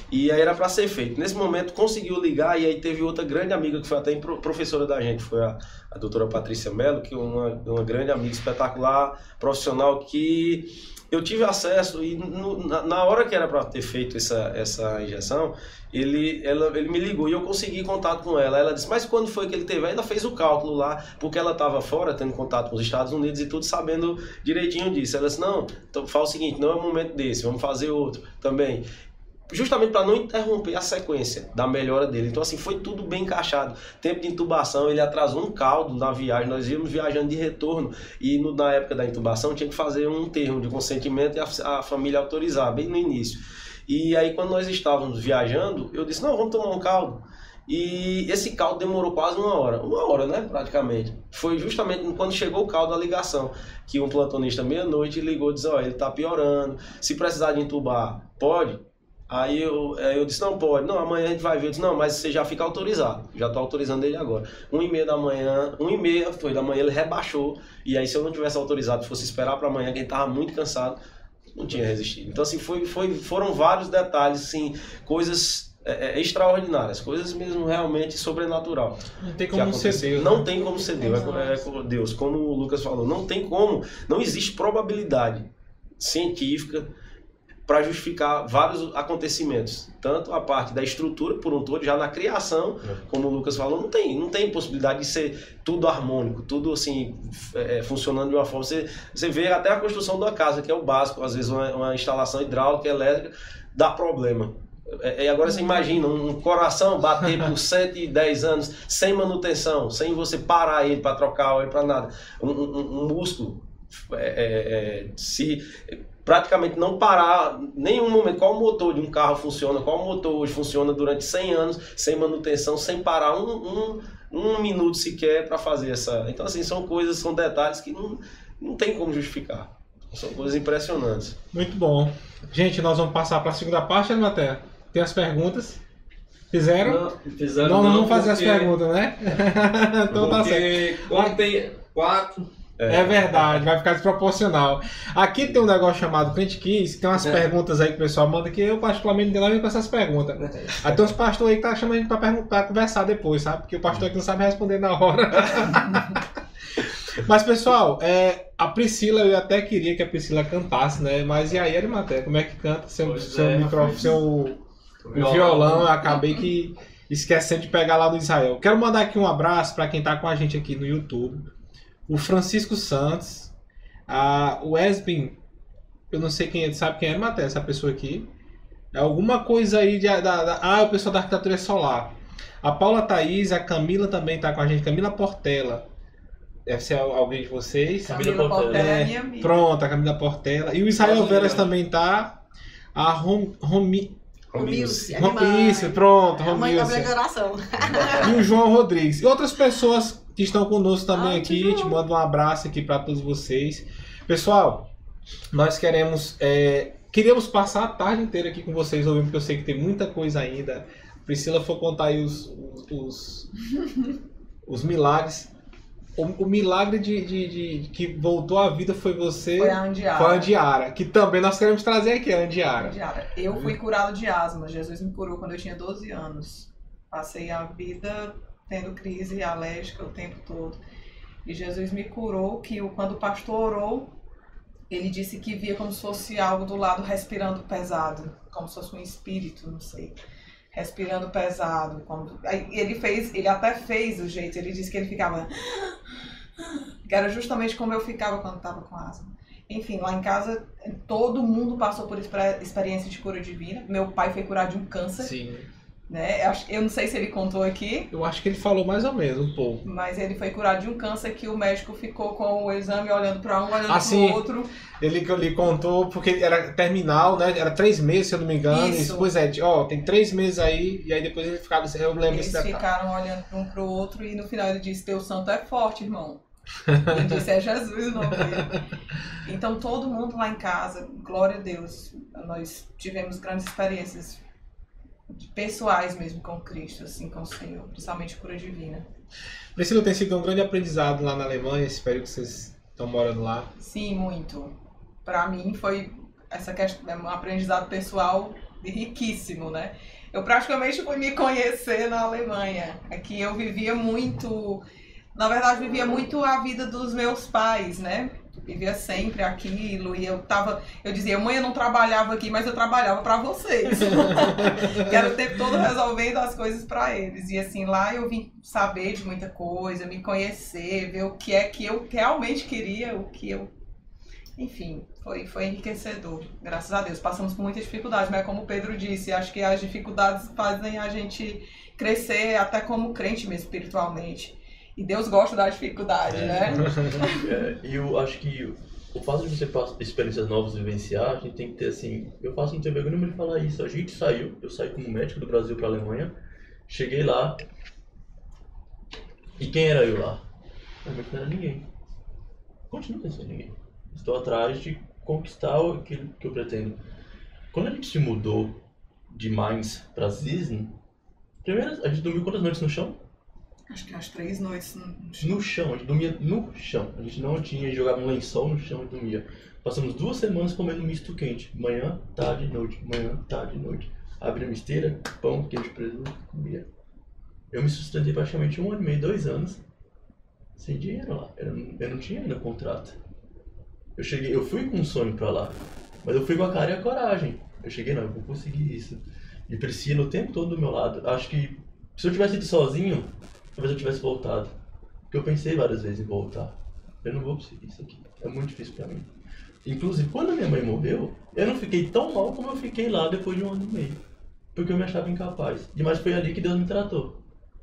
E aí era para ser feito. Nesse momento conseguiu ligar e aí teve outra grande amiga que foi até professora da gente, foi a, a doutora Patrícia Mello, que é uma, uma grande amiga espetacular, profissional, que eu tive acesso e no, na, na hora que era para ter feito essa, essa injeção, ele, ela, ele me ligou e eu consegui contato com ela. Ela disse, mas quando foi que ele teve? Aí ela fez o cálculo lá, porque ela estava fora, tendo contato com os Estados Unidos e tudo, sabendo direitinho disso. Ela disse, não, então fala o seguinte, não é o momento desse, vamos fazer outro também. Justamente para não interromper a sequência da melhora dele. Então assim, foi tudo bem encaixado. Tempo de intubação, ele atrasou um caldo na viagem, nós íamos viajando de retorno e no, na época da intubação tinha que fazer um termo de consentimento e a, a família autorizar, bem no início. E aí quando nós estávamos viajando, eu disse, não, vamos tomar um caldo. E esse caldo demorou quase uma hora, uma hora, né, praticamente. Foi justamente quando chegou o caldo, a ligação, que um plantonista meia-noite ligou e disse, ó, ele está piorando, se precisar de intubar, pode? Aí eu, eu disse, não pode, não, amanhã a gente vai ver. Eu disse, não, mas você já fica autorizado, já estou autorizando ele agora. Um e meia da manhã, um e meia foi da manhã, ele rebaixou, e aí se eu não tivesse autorizado, fosse esperar para amanhã, que ele estava muito cansado, não tinha resistido. Então assim, foi, foi, foram vários detalhes, assim, coisas é, é, extraordinárias, coisas mesmo realmente sobrenatural. Não tem como ser Deus. Não né? tem como ser Deus, é, é Deus, como o Lucas falou, não tem como, não existe probabilidade científica para justificar vários acontecimentos, tanto a parte da estrutura por um todo, já na criação, como o Lucas falou, não tem, não tem possibilidade de ser tudo harmônico, tudo assim, é, funcionando de uma forma, você, você vê até a construção da casa, que é o básico, às vezes uma, uma instalação hidráulica, elétrica, dá problema. E agora você imagina um coração bater por sete, dez anos, sem manutenção, sem você parar ele para trocar óleo, para nada, um, um, um músculo, é, é, se... praticamente não parar nenhum momento. Qual motor de um carro funciona, qual motor hoje funciona durante cem anos, sem manutenção, sem parar um, um, um minuto sequer para fazer essa... Então assim, são coisas, são detalhes que não, não tem como justificar. São coisas impressionantes. Muito bom. Gente, nós vamos passar para a segunda parte, né, Matéria? Tem as perguntas? Fizeram? Não, fizeram não, não, vamos fazer porque... as perguntas, né? Então tá certo. Porque como tem quatro... É. é verdade, vai ficar desproporcional. Aqui tem um negócio chamado Crente quinze, que tem umas é. perguntas aí que o pessoal manda, que eu particularmente não tenho nada a ver com essas perguntas. É. Aí tem uns pastores aí que tá chamando a gente pra, pra conversar depois, sabe? Porque o pastor aqui não sabe responder na hora. Mas pessoal, é, a Priscila, eu até queria que a Priscila cantasse, né? Mas e aí, Arimaté, como é que canta? Seu, seu, é, micro, seu violão, violão, eu acabei que esquecendo de pegar lá no Israel. Quero mandar aqui um abraço para quem tá com a gente aqui no YouTube. O Francisco Santos, a, o Esbin, eu não sei quem é, sabe quem é, Matheus, essa pessoa aqui. É alguma coisa aí de, da, da, ah, o pessoal da arquitetura solar. A Paula Thaís, a Camila também está com a gente, Camila Portela. Deve ser alguém de vocês. Camila, Camila Portela é, é minha amiga. Pronto, a Camila Portela. E o Israel Veras também tá. A Rom, Romi, Romilce. Isso, pronto, a mãe da minha oração. E o João Rodrigues. E outras pessoas que estão conosco também ah, aqui. Te mando um abraço aqui para todos vocês. Pessoal, nós queremos... É, queríamos passar a tarde inteira aqui com vocês ouvindo, porque eu sei que tem muita coisa ainda. A Priscila foi contar aí os, os, os, os milagres. O, o milagre de, de, de, de que voltou à vida foi você. Foi a Andiara. Foi a Andiara, que também nós queremos trazer aqui, a Andiara. Andiara. Eu fui curado de asma. Jesus me curou quando eu tinha doze anos. Passei a vida tendo crise alérgica o tempo todo. E Jesus me curou, que quando o pastor orou, ele disse que via como se fosse algo do lado respirando pesado, como se fosse um espírito, não sei. Respirando pesado. Como... Aí ele fez, ele até fez o jeito, ele disse que ele ficava... Que era justamente como eu ficava quando estava com asma. Enfim, lá em casa, todo mundo passou por experiência de cura divina. Meu pai foi curado de um câncer. Sim. Né? Eu não sei se ele contou aqui. Eu acho que ele falou mais ou menos, um pouco. Mas ele foi curado de um câncer que o médico ficou com o exame olhando para um, olhando assim, para o outro. Ele, ele contou, porque era terminal, né? Era três meses, se eu não me engano. Isso. Pois é, ó, tem três meses aí, e aí depois ele ficava, eu lembro Eles desse ficaram olhando para um para o outro e no final ele disse, teu santo é forte, irmão. Ele disse, é Jesus o nome dele. Então todo mundo lá em casa, glória a Deus, nós tivemos grandes experiências pessoais mesmo com Cristo, assim, com o Senhor, principalmente cura divina. Priscila, tem sido um grande aprendizado lá na Alemanha, esse período que vocês estão morando lá. Sim, muito. Para mim foi essa questão, um aprendizado pessoal riquíssimo, né? Eu praticamente fui me conhecer na Alemanha. Aqui eu vivia muito, na verdade vivia muito a vida dos meus pais, né? Vivia sempre aquilo e eu tava, eu dizia, mãe, eu não trabalhava aqui, mas eu trabalhava para vocês. Quero o tempo todo resolvendo as coisas para eles. E assim, lá eu vim saber de muita coisa, me conhecer, ver o que é que eu realmente queria, o que eu... Enfim, foi, foi enriquecedor, graças a Deus. Passamos por muitas dificuldades, mas como o Pedro disse, acho que as dificuldades fazem a gente crescer até como crente mesmo, espiritualmente. E Deus gosta da dificuldade, é. né? É, e eu acho que o fato de você passar experiências novas e vivenciar, a gente tem que ter assim... Eu faço não tenho vergonha de falar isso. A gente saiu, eu saí como médico do Brasil para a Alemanha, cheguei lá, e quem era eu lá? Realmente não era ninguém. Continuo sem ser ninguém. Estou atrás de conquistar aquilo que eu pretendo. Quando a gente se mudou de Mainz para Zisn, primeiro a gente dormiu quantas noites no chão? Acho que as três noites no No chão, a gente dormia no chão. A gente não tinha, jogava um lençol no chão e dormia. Passamos duas semanas comendo misto quente. Manhã, tarde, noite. Manhã, tarde, noite. Abria uma esteira, pão, queijo, presunto, comia. Eu me sustentei praticamente um ano e meio, dois anos, sem dinheiro lá. Eu não, eu não tinha ainda contrato. Eu cheguei, eu fui com um sonho pra lá, mas eu fui com a cara e a coragem. Eu cheguei, não, eu vou conseguir isso. E Priscila o tempo todo do meu lado. Acho que se eu tivesse ido sozinho, talvez eu tivesse voltado. Porque eu pensei várias vezes em voltar. Eu não vou conseguir isso aqui. É muito difícil pra mim. Inclusive, quando a minha mãe morreu, eu não fiquei tão mal como eu fiquei lá depois de um ano e meio. Porque eu me achava incapaz. E mas foi ali que Deus me tratou.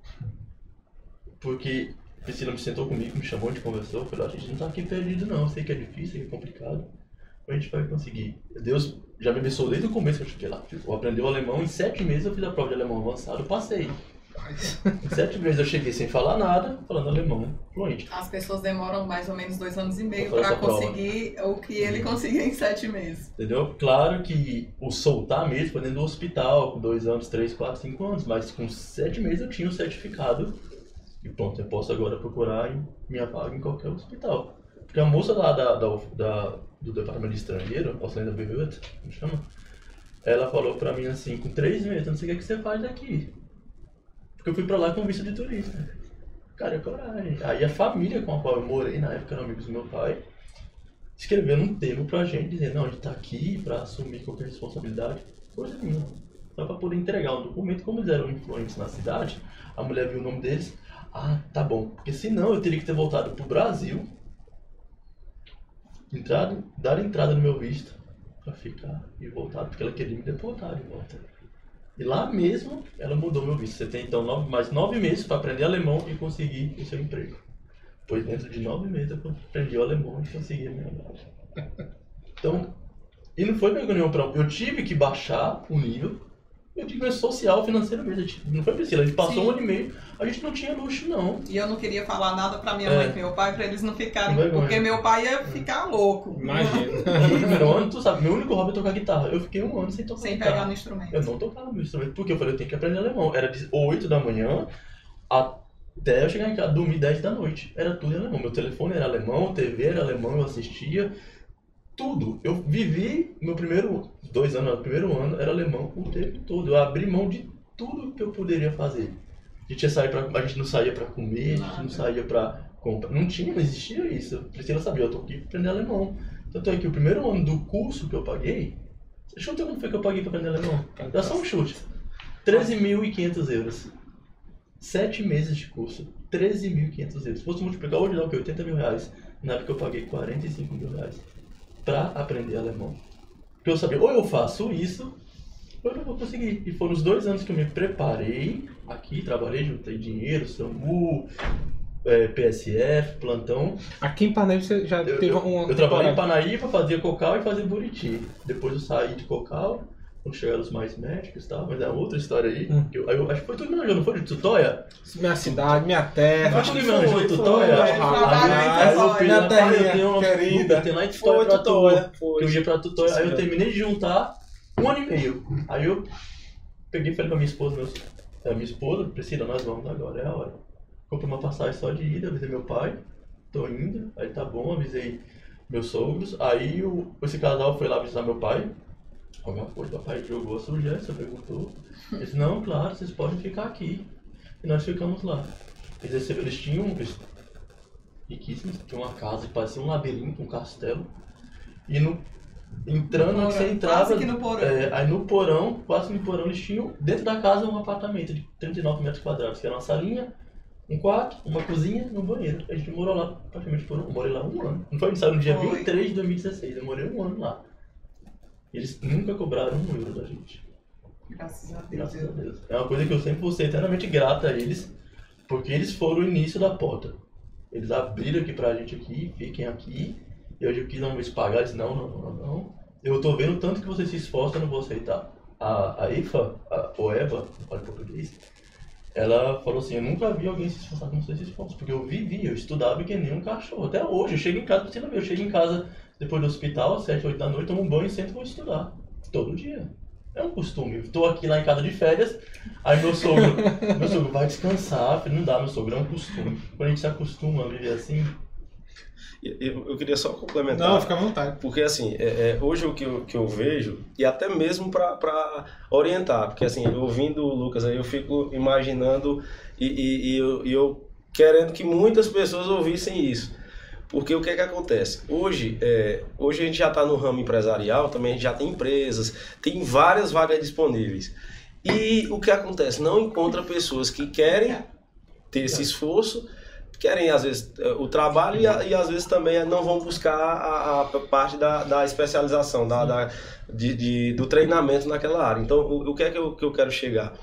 Porque Priscila me sentou comigo, me chamou, a gente conversou. Falou, a gente não tá aqui perdido não. Eu sei que é difícil, que é complicado. Mas a gente vai conseguir. Deus já me abençoou desde o começo que eu cheguei lá. Eu aprendi o alemão, em sete meses eu fiz a prova de alemão avançado, eu passei. Em sete meses eu cheguei sem falar nada, falando alemão fluente. As pessoas demoram mais ou menos dois anos e meio Pra fazer para essa conseguir o que ele conseguiu em sete meses. Entendeu? Claro que o soltar mesmo foi dentro do hospital, com dois anos, três, quatro, cinco anos, mas com sete meses eu tinha o certificado e pronto, eu posso agora procurar em minha vaga em qualquer hospital. Porque a moça lá da, da, da, do departamento de estrangeiro, Ausländer Behörde, como chama, ela falou pra mim assim, com três meses, eu não sei o que, é que você faz daqui. Porque eu fui pra lá com visto de turista. Cara, é coragem. Aí a família com a qual eu morei, na época eram amigos do meu pai, escrevendo um termo pra gente, dizendo, não, a gente tá aqui pra assumir qualquer responsabilidade. Coisa nenhuma. Só pra poder entregar um documento, como eles eram influentes na cidade, a mulher viu o nome deles, ah, tá bom. Porque senão eu teria que ter voltado pro Brasil, entrado, dar entrada no meu visto, pra ficar e voltar, porque ela queria me deportar de volta. E lá mesmo, ela mudou meu visto. Você tem então nove, mais nove meses para aprender alemão e conseguir o seu emprego. Pois dentro de nove meses eu aprendi o alemão e consegui a minha vaga. Então, e não foi vergonha nenhuma pra mim. Eu tive que baixar o nível. Eu tive que social, financeiro mesmo. Não foi Priscila, a gente passou Sim. um ano e meio, a gente não tinha luxo não. E eu não queria falar nada pra minha é. mãe e meu pai, pra eles não ficarem, vergonha. Porque meu pai ia ficar louco. Imagina. No primeiro ano, tu sabe, meu único hobby é tocar guitarra. Eu fiquei um ano sem tocar sem guitarra. Sem pegar no instrumento. Eu não tocava no instrumento, porque eu falei, eu tenho que aprender alemão. Era de oito da manhã até eu chegar em casa, dormir dez da noite. Era tudo em alemão. Meu telefone era alemão, T V era alemão, eu assistia. Tudo. Eu vivi, meu primeiro dois anos, meu primeiro ano era alemão o tempo todo. Eu abri mão de tudo que eu poderia fazer. A gente, ia sair pra, a gente não saía pra comer, a gente não saía pra comprar. Não tinha, não existia isso. A Priscila sabia, eu tô aqui pra aprender alemão. Tanto é que o primeiro ano do curso que eu paguei, chuta quanto foi que eu paguei pra aprender alemão? Dá só um chute. treze mil e quinhentos euros. Sete meses de curso. treze mil e quinhentos euros. Se fosse multiplicar hoje dá o quê? oitenta mil reais. Na época eu paguei quarenta e cinco mil reais. Pra aprender alemão. Porque eu sabia, ou eu faço isso, ou eu não vou conseguir. E foram os dois anos que eu me preparei aqui, trabalhei, juntei dinheiro, SAMU, é, P S F, plantão. Aqui em Parnaíba você já eu, teve eu, um... Eu trabalhei em Parnaíba, fazia Cocal e fazia Buriti. Depois eu saí de Cocal, quando chegaram os mais médicos e tal, mas é outra história aí. Hum. Eu, eu, acho que foi tudo Minas, não foi de Tutóia? Minha cidade, minha terra. Acho que Minas, de Tutóia. Minha terrinha querida. Tem lá em Tutóia pra Tutóia. Eu ia pra Tutóia, aí eu terminei de juntar um ano e meio. Aí eu peguei e falei pra minha esposa, meus, a minha esposa, Priscila, nós vamos agora, é a hora. Comprei uma passagem só de ida, avisei meu pai, tô indo, aí tá bom, avisei meus sogros. Aí o, esse casal foi lá visitar meu pai. Alguma coisa, o papai jogou a sujeira, perguntou. Ele disse, não, claro, vocês podem ficar aqui. E nós ficamos lá. Eles, receberam, eles tinham, eles, riquíssimos, tinham uma casa que parecia um labirinto, um castelo. E no, entrando, No onde você porão, entrava, quase que no porão. é, aí no porão, quase no porão, eles tinham dentro da casa um apartamento de trinta e nove metros quadrados, que era uma salinha, um quarto, uma cozinha e um banheiro. A gente morou lá praticamente por um, eu morei lá um ano. Não foi, a gente saiu no dia Foi. vinte e três de dois mil e dezesseis, eu morei um ano lá. Eles nunca cobraram um euro da gente. Graças a Deus. Graças a Deus. É uma coisa que eu sempre vou ser eternamente grata a eles, porque eles foram o início da porta. Eles abriram aqui pra gente aqui, fiquem aqui. E hoje eu quis não me pagar, eles não, não, não, não. Eu tô vendo o tanto que você se esforça, eu não vou aceitar. A, a I F A, a, ou Eva, olha em português, ela falou assim, eu nunca vi alguém se esforçar como você se esforça, porque eu vivi, eu estudava que nem um cachorro. Até hoje, eu chego em casa, você não vê, eu chego em casa depois do hospital, às sete, oito da noite, tomo um banho e sento e vou estudar. Todo dia. É um costume. Eu tô aqui lá em casa de férias, aí meu sogro, meu sogro vai descansar, não dá, meu sogro, é um costume. Quando a gente se acostuma a viver assim... Eu, eu queria só complementar. Não, fica à vontade. Porque assim, é, é, hoje o que eu, que eu vejo, e até mesmo para orientar, porque assim, ouvindo o Lucas aí, eu fico imaginando e, e, e, eu, e eu querendo que muitas pessoas ouvissem isso. Porque o que é que acontece? Hoje, é, hoje a gente já está no ramo empresarial, também a gente já tem empresas, tem várias vagas disponíveis. E o que acontece? Não encontra pessoas que querem ter esse esforço, querem às vezes o trabalho e, e às vezes também não vão buscar a, a parte da, da especialização, da, da, de, de, do treinamento naquela área. Então, o, o que é que eu, que eu quero chegar?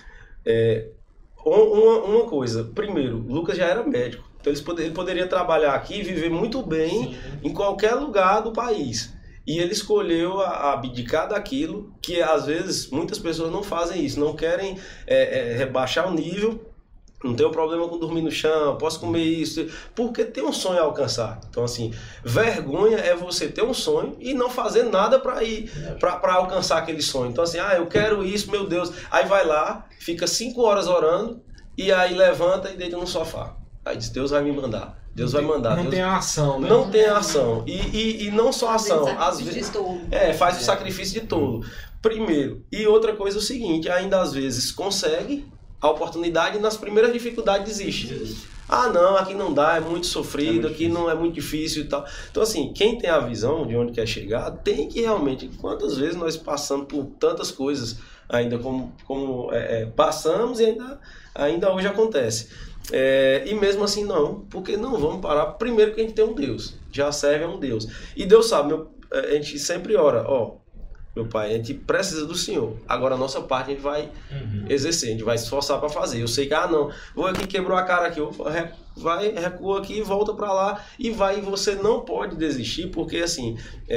É, uma, uma coisa, primeiro, o Lucas já era médico, então ele, poder, ele poderia trabalhar aqui e viver muito bem, sim, em qualquer lugar do país. E ele escolheu a, abdicar daquilo que às vezes muitas pessoas não fazem isso, não querem é, é, rebaixar o nível. Não tenho problema com dormir no chão, posso comer isso, porque tem um sonho a alcançar. Então, assim, vergonha é você ter um sonho e não fazer nada para ir, para alcançar aquele sonho. Então, assim, ah, eu quero isso, meu Deus. Aí vai lá, fica cinco horas orando e aí levanta e deita no sofá. Aí diz, Deus vai me mandar. Deus vai mandar. Não Deus... tem ação, né? Não tem ação. E, e, e não só ação. Às vezes de tolo. É, faz o sacrifício de tolo. Primeiro. E outra coisa é o seguinte, ainda às vezes consegue a oportunidade e nas primeiras dificuldades desiste. Ah, não, aqui não dá, é muito sofrido, é muito aqui difícil. Não é muito difícil e tal. Então, assim, quem tem a visão de onde quer chegar, tem que realmente... Quantas vezes nós passamos por tantas coisas, ainda como, como é, é, passamos e ainda, ainda hoje acontece. É, e mesmo assim não, porque não vamos parar. Primeiro que a gente tem um Deus, já serve a um Deus. E Deus sabe, meu, a gente sempre ora, ó, meu pai, a gente precisa do Senhor. Agora a nossa parte a gente vai uhum. exercer, a gente vai se esforçar para fazer. Eu sei que, ah não, vou aqui, quebrou a cara aqui, eu vai, recua aqui, volta para lá e vai. E você não pode desistir, porque assim,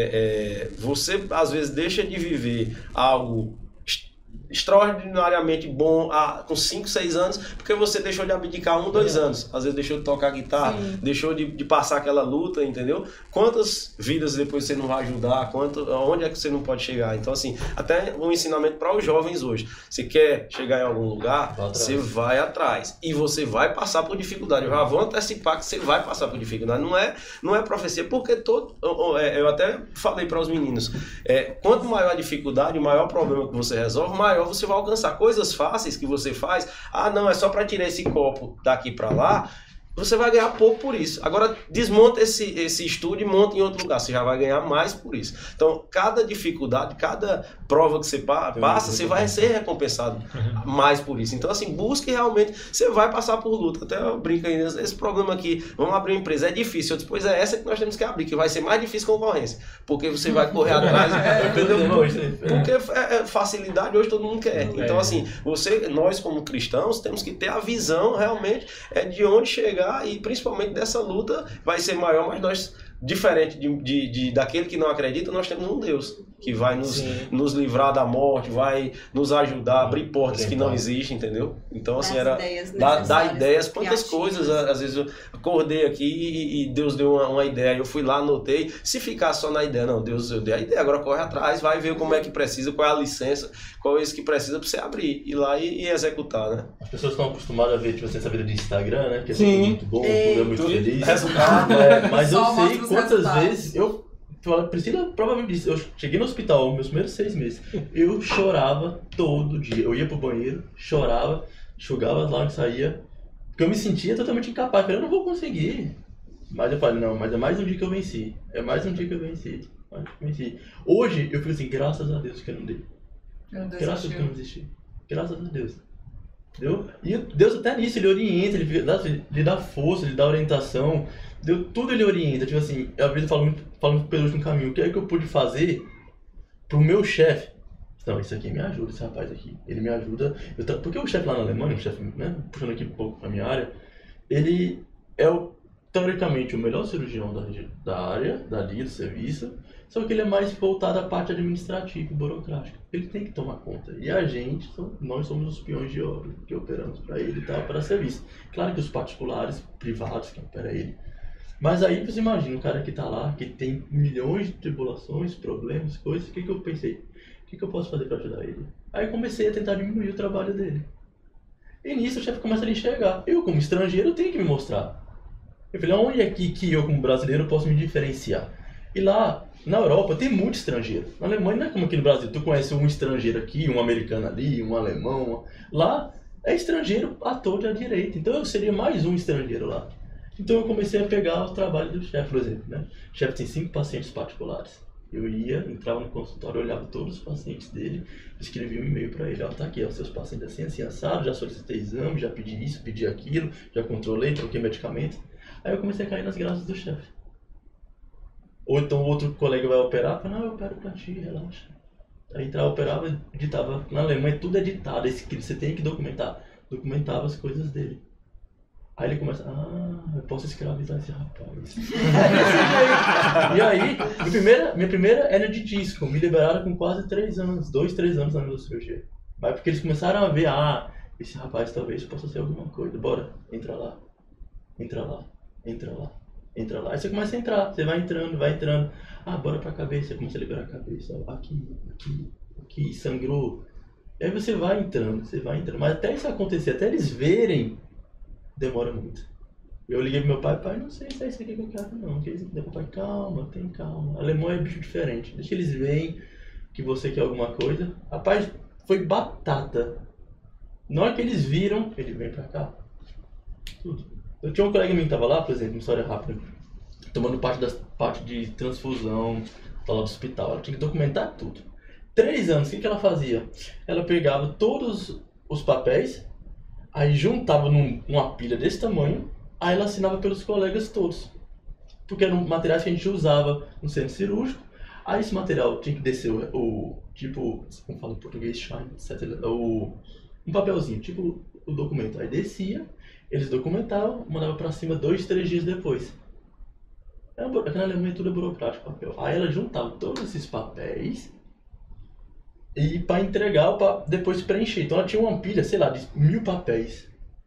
é, é, você às vezes deixa de viver algo extraordinariamente bom há, com cinco, seis anos, porque você deixou de abdicar um, dois anos. Às vezes deixou de tocar guitarra, sim, deixou de, de passar aquela luta, entendeu? Quantas vidas depois você não vai ajudar? Quanto, onde é que você não pode chegar? Então, assim, até um ensinamento para os jovens hoje. Você quer chegar em algum lugar, você vai atrás. E você vai passar por dificuldade. Eu já vou antecipar que você vai passar por dificuldade. Não é, não é profecia, porque todo... Eu até falei para os meninos, é, quanto maior a dificuldade, maior o problema que você resolve, maior você vai alcançar. Coisas fáceis que você faz, ah não, é só para tirar esse copo daqui para lá, você vai ganhar pouco por isso. Agora desmonta esse, esse estudo e monta em outro lugar, você já vai ganhar mais por isso. Então cada dificuldade, cada prova que você passa, você vai ser recompensado mais por isso. Então assim, busque realmente, você vai passar por luta. Até eu brinco aí, esse programa aqui, vamos abrir uma empresa, é difícil, depois é essa que nós temos que abrir, que vai ser mais difícil concorrência, porque você vai correr atrás, é, porque é, facilidade hoje todo mundo quer. Então assim, você, nós como cristãos temos que ter a visão realmente é de onde chegar, e principalmente dessa luta vai ser maior, mas nós, diferente de, de, de, daquele que não acredita, nós temos um Deus que vai nos, nos livrar da morte, vai nos ajudar a abrir portas que não existem, entendeu? Então assim, era dar, dar ideias, quantas coisas, às vezes eu acordei aqui e, e Deus deu uma, uma ideia, eu fui lá, anotei, se ficar só na ideia, não, Deus eu dei a ideia, agora corre atrás, vai ver como é que precisa, qual é a licença, qual é isso que precisa para você abrir, ir lá e, e executar, né? As pessoas estão acostumadas a ver tipo, essa vida de Instagram, né? Que é sim, muito bom, tudo é muito feliz. Resultado, é, mas eu sei quantas vezes eu fala, Priscila provavelmente disse, eu cheguei no hospital, meus primeiros seis meses, eu chorava todo dia. Eu ia pro banheiro, chorava, enxugava as lágrimas, saía, porque eu me sentia totalmente incapaz. Eu falei, eu não vou conseguir. Mas eu falei, não, mas é mais um dia que eu venci. É mais um dia que eu venci. Mais um dia que eu venci. Hoje, eu fico assim, graças a Deus que eu não dei. Não Graças a Deus que eu desistiu. não desisti. Graças a Deus. Entendeu? E Deus até nisso, ele orienta, ele dá, ele dá força, ele dá orientação. Deu, tudo ele orienta. Tipo assim, eu às vezes falo muito, falo muito pelo último caminho. O que é que eu pude fazer pro meu chefe? Não, isso aqui me ajuda, esse rapaz aqui. Ele me ajuda. Eu tra... Porque o chefe lá na Alemanha, o chefe, né, puxando aqui um pouco pra minha área, ele é o, teoricamente o melhor cirurgião da, da área, dali, do serviço, só que ele é mais voltado à parte administrativa e burocrática. Ele tem que tomar conta. E a gente, nós somos os peões de obra que operamos para ele e tal, para serviço. Claro que os particulares, privados, que operam ele. Mas aí você imagina, o cara que está lá, que tem milhões de tribulações, problemas, coisas, o que, que eu pensei? O que, que eu posso fazer para ajudar ele? Aí comecei a tentar diminuir o trabalho dele. E nisso o chefe começa a enxergar. Eu, como estrangeiro, tenho que me mostrar. Eu falei, onde é que, que eu, como brasileiro, posso me diferenciar? E lá, na Europa, tem muito estrangeiro. Na Alemanha não é como aqui no Brasil. Tu conhece um estrangeiro aqui, um americano ali, um alemão. Lá é estrangeiro à torta e à direita. Então eu seria mais um estrangeiro lá. Então eu comecei a pegar o trabalho do chefe, por exemplo. Né? O chefe tem cinco pacientes particulares. Eu ia, entrava no consultório, olhava todos os pacientes dele, escrevia um e-mail para ele. Ó, tá aqui, ó, seus pacientes assim, assim, assado, já solicitei exame, já pedi isso, pedi aquilo, já controlei, troquei medicamento. Aí eu comecei a cair nas graças do chefe. Ou então outro colega vai operar, fala, não, eu opero pra ti, relaxa. Aí entrava, operava, editava. Na Alemanha tudo é editado, você tem que documentar. Documentava as coisas dele. Aí ele começa, ah, eu posso escravizar esse rapaz. E aí, minha primeira, minha primeira hernia de disco, me liberaram com quase três anos, dois, três anos na neurocirurgia. Mas porque eles começaram a ver, ah, esse rapaz talvez possa ser alguma coisa, bora, entra lá, entra lá, entra lá. Entra lá, aí você começa a entrar, você vai entrando, vai entrando. Ah, bora pra cabeça, você começa a liberar a cabeça. Aqui, aqui, aqui, sangrou. E aí você vai entrando, você vai entrando. Mas até isso acontecer, até eles verem, demora muito. Eu liguei pro meu pai, pai, não sei se é isso aqui que eu quero não. Meu pai, calma, tem calma. Alemão é bicho diferente. Deixa eles verem que você quer alguma coisa. Rapaz, foi batata. Na hora que eles viram, ele vem pra cá. Tudo. Eu tinha um colega meu que estava lá, por exemplo, uma história rápida, tomando parte da parte de transfusão, lá do hospital. Ela tinha que documentar tudo. Três anos, o que, que ela fazia? Ela pegava todos os papéis, aí juntava num, numa pilha desse tamanho, aí ela assinava pelos colegas todos. Porque eram materiais que a gente usava no centro cirúrgico. Aí esse material tinha que descer o, o tipo, como fala em português, shine, etcétera. O, um papelzinho, tipo o documento. Aí descia. Eles documentavam, mandavam pra cima dois, três dias depois. Aqui na Alemanha tudo é burocrático, papel. Aí ela juntava todos esses papéis e para entregar, para depois preencher. Então ela tinha uma pilha, sei lá, de mil papéis.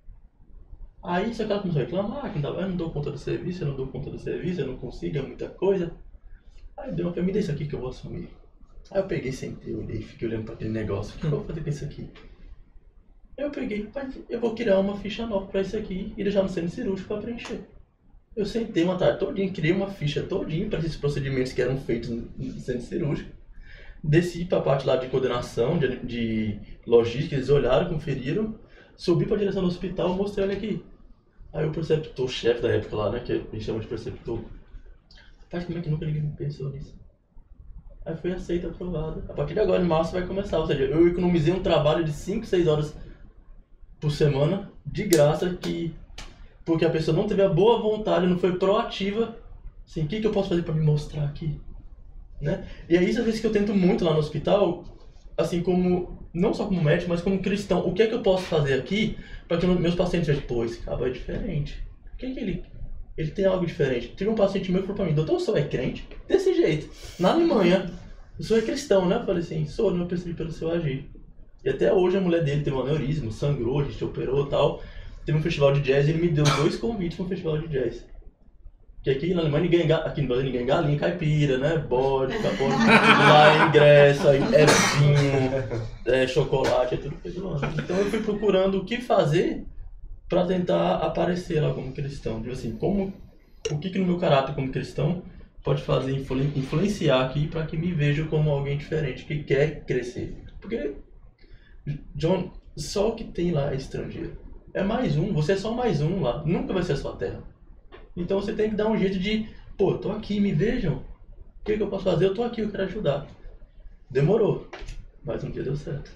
Aí só que ela começou a reclamar, que não dava, eu não dou conta do serviço, eu não dou conta do serviço, eu não consigo, é muita coisa. Aí deu uma pra mim, me dê isso aqui que eu vou assumir. Aí eu peguei, sentei, olhei, fiquei olhando para aquele negócio. O que eu vou fazer com isso aqui? Eu peguei, eu vou criar uma ficha nova para isso aqui e deixar no centro cirúrgico para preencher. Eu sentei uma tarde todinha, criei uma ficha todinha para esses procedimentos que eram feitos no centro cirúrgico. Desci para a parte lá de coordenação, de, de logística, eles olharam, conferiram. Subi para a direção do hospital e mostrei ele aqui. Aí o preceptor, chefe da época lá, né, que a gente chama de preceptor. Rapaz, como é que nunca ninguém pensou nisso? Aí foi aceito, aprovado. A partir de agora, em março, vai começar. Ou seja, eu economizei um trabalho de cinco, seis horas por semana, de graça, que porque a pessoa não teve a boa vontade, não foi proativa, assim, o que, que eu posso fazer para me mostrar aqui, né? E é isso às vezes que eu tento muito lá no hospital, assim, como, não só como médico, mas como cristão, o que é que eu posso fazer aqui para que meus pacientes vejam, pô, esse cara é diferente, o que é que ele, ele tem algo diferente? Tive um paciente meu que falou para mim, doutor, o senhor é crente? Desse jeito, na Alemanha, o senhor é cristão, né? Eu falei assim, sou, não percebi pelo seu agir. E até hoje a mulher dele teve um aneurisma, sangrou, a gente operou e tal. Teve um festival de jazz e ele me deu dois convites para um festival de jazz. Que aqui na Alemanha ninguém, aqui no Brasil ninguém galinha caipira, né? Bode, capô, lá é ingresso, aí é vinho, é chocolate, é tudo feito lá. Então eu fui procurando o que fazer para tentar aparecer lá como cristão. Tipo assim, como, o que que no meu caráter como cristão pode fazer, influ, influenciar aqui para que me vejam como alguém diferente, que quer crescer. Porque, John, só o que tem lá é estrangeiro. É mais um, você é só mais um lá, nunca vai ser a sua terra. Então você tem que dar um jeito de, pô, tô aqui, me vejam. O que, que eu posso fazer? Eu tô aqui, eu quero ajudar. Demorou, mas um dia deu certo.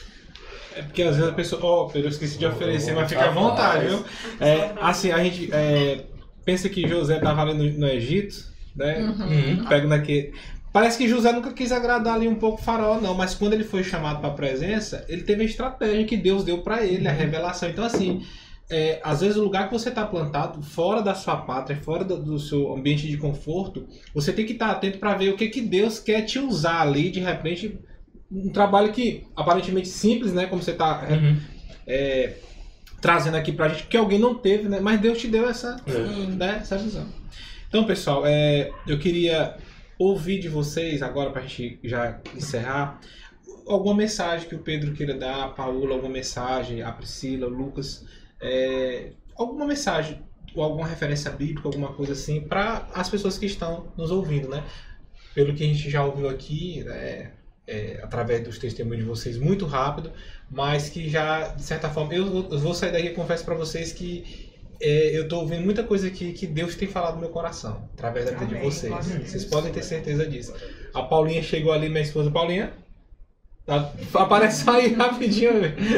É porque às vezes a pessoa... Ó, oh, Pedro, eu esqueci de oferecer, mas fica à vontade, viu? É, assim, a gente é, pensa que José estava ali no, no Egito, né? Uhum. Pega naquele... Parece que José nunca quis agradar ali um pouco o faraó, não. Mas quando ele foi chamado para a presença, ele teve a estratégia que Deus deu para ele, a revelação. Então, assim, é, às vezes o lugar que você está plantado, fora da sua pátria, fora do, do seu ambiente de conforto, você tem que estar atento para ver o que, que Deus quer te usar ali, de repente... Um trabalho que, aparentemente simples, né? Como você está Uhum. é, trazendo aqui pra gente, que alguém não teve, né? Mas Deus te deu essa, É. né? essa visão. Então, pessoal, é, eu queria ouvir de vocês, agora pra gente já encerrar, alguma mensagem que o Pedro queira dar, a Paula, alguma mensagem, a Priscila, o Lucas, é, alguma mensagem, ou alguma referência bíblica, alguma coisa assim, para as pessoas que estão nos ouvindo, né? Pelo que a gente já ouviu aqui, né? É, através dos testemunhos de vocês, muito rápido, mas que já, de certa forma, eu, eu vou sair daqui e confesso para vocês que é, eu estou ouvindo muita coisa aqui que Deus tem falado no meu coração, através da vida de Amém. vocês. Glória a Deus. Vocês podem ter certeza disso. A Paulinha chegou ali, minha esposa Paulinha, tá, aparece aí rapidinho,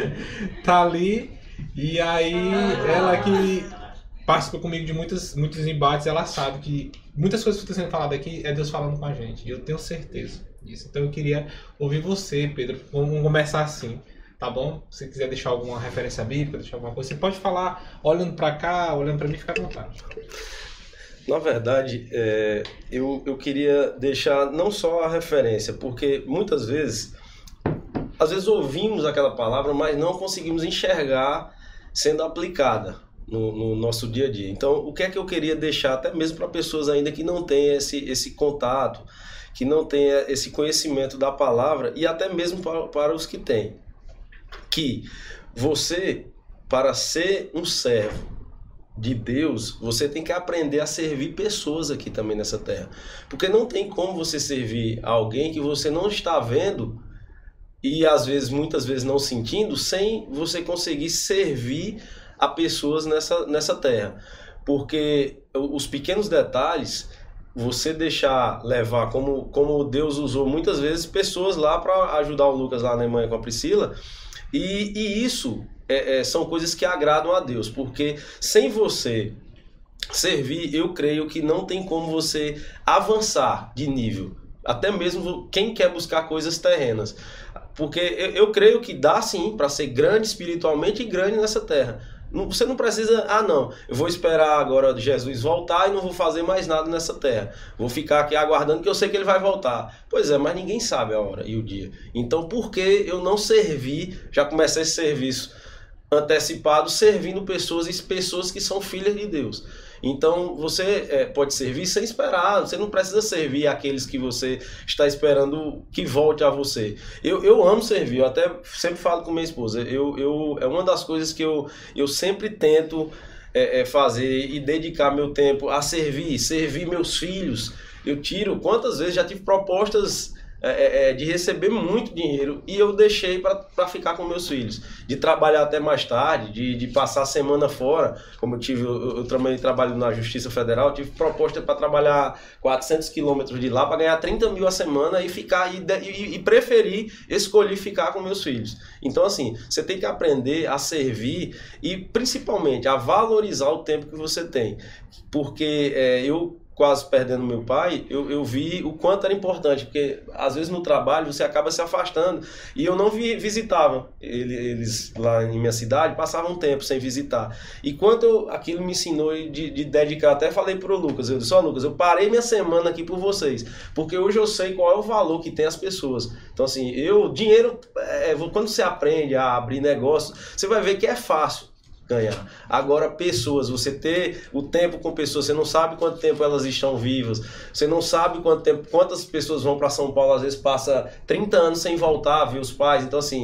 tá ali, e aí ela que participa comigo de muitos, muitos embates, ela sabe que muitas coisas que estão sendo faladas aqui é Deus falando com a gente, e eu tenho certeza disso. Então eu queria ouvir você, Pedro. Vamos começar assim, tá bom? Se você quiser deixar alguma referência bíblica, deixar alguma coisa, você pode falar olhando para cá, olhando para mim, fica à vontade. Na verdade, é, eu, eu queria deixar não só a referência, porque muitas vezes, às vezes ouvimos aquela palavra, mas não conseguimos enxergar sendo aplicada no, no nosso dia a dia. Então, o que é que eu queria deixar, até mesmo para pessoas ainda que não têm esse, esse contato, que não tenha esse conhecimento da palavra, e até mesmo para, para os que têm, que você, para ser um servo de Deus, você tem que aprender a servir pessoas aqui também nessa terra, porque não tem como você servir a alguém que você não está vendo e às vezes, muitas vezes não sentindo, sem você conseguir servir a pessoas nessa, nessa terra, porque os pequenos detalhes, você deixar levar, como, como Deus usou muitas vezes pessoas lá para ajudar o Lucas lá na Alemanha com a Priscila, e, e isso é, é, são coisas que agradam a Deus, porque sem você servir, eu creio que não tem como você avançar de nível, até mesmo quem quer buscar coisas terrenas, porque eu, eu creio que dá sim para ser grande espiritualmente e grande nessa terra. Você não precisa, ah não, eu vou esperar agora Jesus voltar e não vou fazer mais nada nessa terra. Vou ficar aqui aguardando que eu sei que ele vai voltar. Pois é, mas ninguém sabe a hora e o dia. Então por que eu não servi, já comecei esse serviço antecipado, servindo pessoas e pessoas que são filhas de Deus. Então você é, pode servir sem esperar, você não precisa servir aqueles que você está esperando que volte a você. Eu, eu amo servir, eu até sempre falo com minha esposa, eu, eu, é uma das coisas que eu, eu sempre tento é, é fazer e dedicar meu tempo a servir, servir meus filhos. Eu tiro, quantas vezes já tive propostas É, é, de receber muito dinheiro e eu deixei para ficar com meus filhos, de trabalhar até mais tarde, de, de passar a semana fora, como eu tive, eu, eu também trabalho na Justiça Federal, eu tive proposta para trabalhar quatrocentos quilômetros de lá para ganhar trinta mil a semana e ficar e, e, e preferir escolher ficar com meus filhos. Então assim, você tem que aprender a servir e principalmente a valorizar o tempo que você tem, porque é, eu quase perdendo meu pai, eu, eu vi o quanto era importante, porque às vezes no trabalho você acaba se afastando, e eu não vi, visitava ele, eles lá em minha cidade, passavam um tempo sem visitar, e quanto eu, aquilo me ensinou de, de dedicar, até falei pro Lucas, eu disse, ó Lucas, eu parei minha semana aqui por vocês, porque hoje eu sei qual é o valor que tem as pessoas. Então assim, eu, dinheiro, é, quando você aprende a abrir negócio, você vai ver que é fácil ganhar. Agora, pessoas, você ter o tempo com pessoas, você não sabe quanto tempo elas estão vivas, você não sabe quanto tempo, quantas pessoas vão para São Paulo, às vezes passa trinta anos sem voltar a ver os pais. Então assim,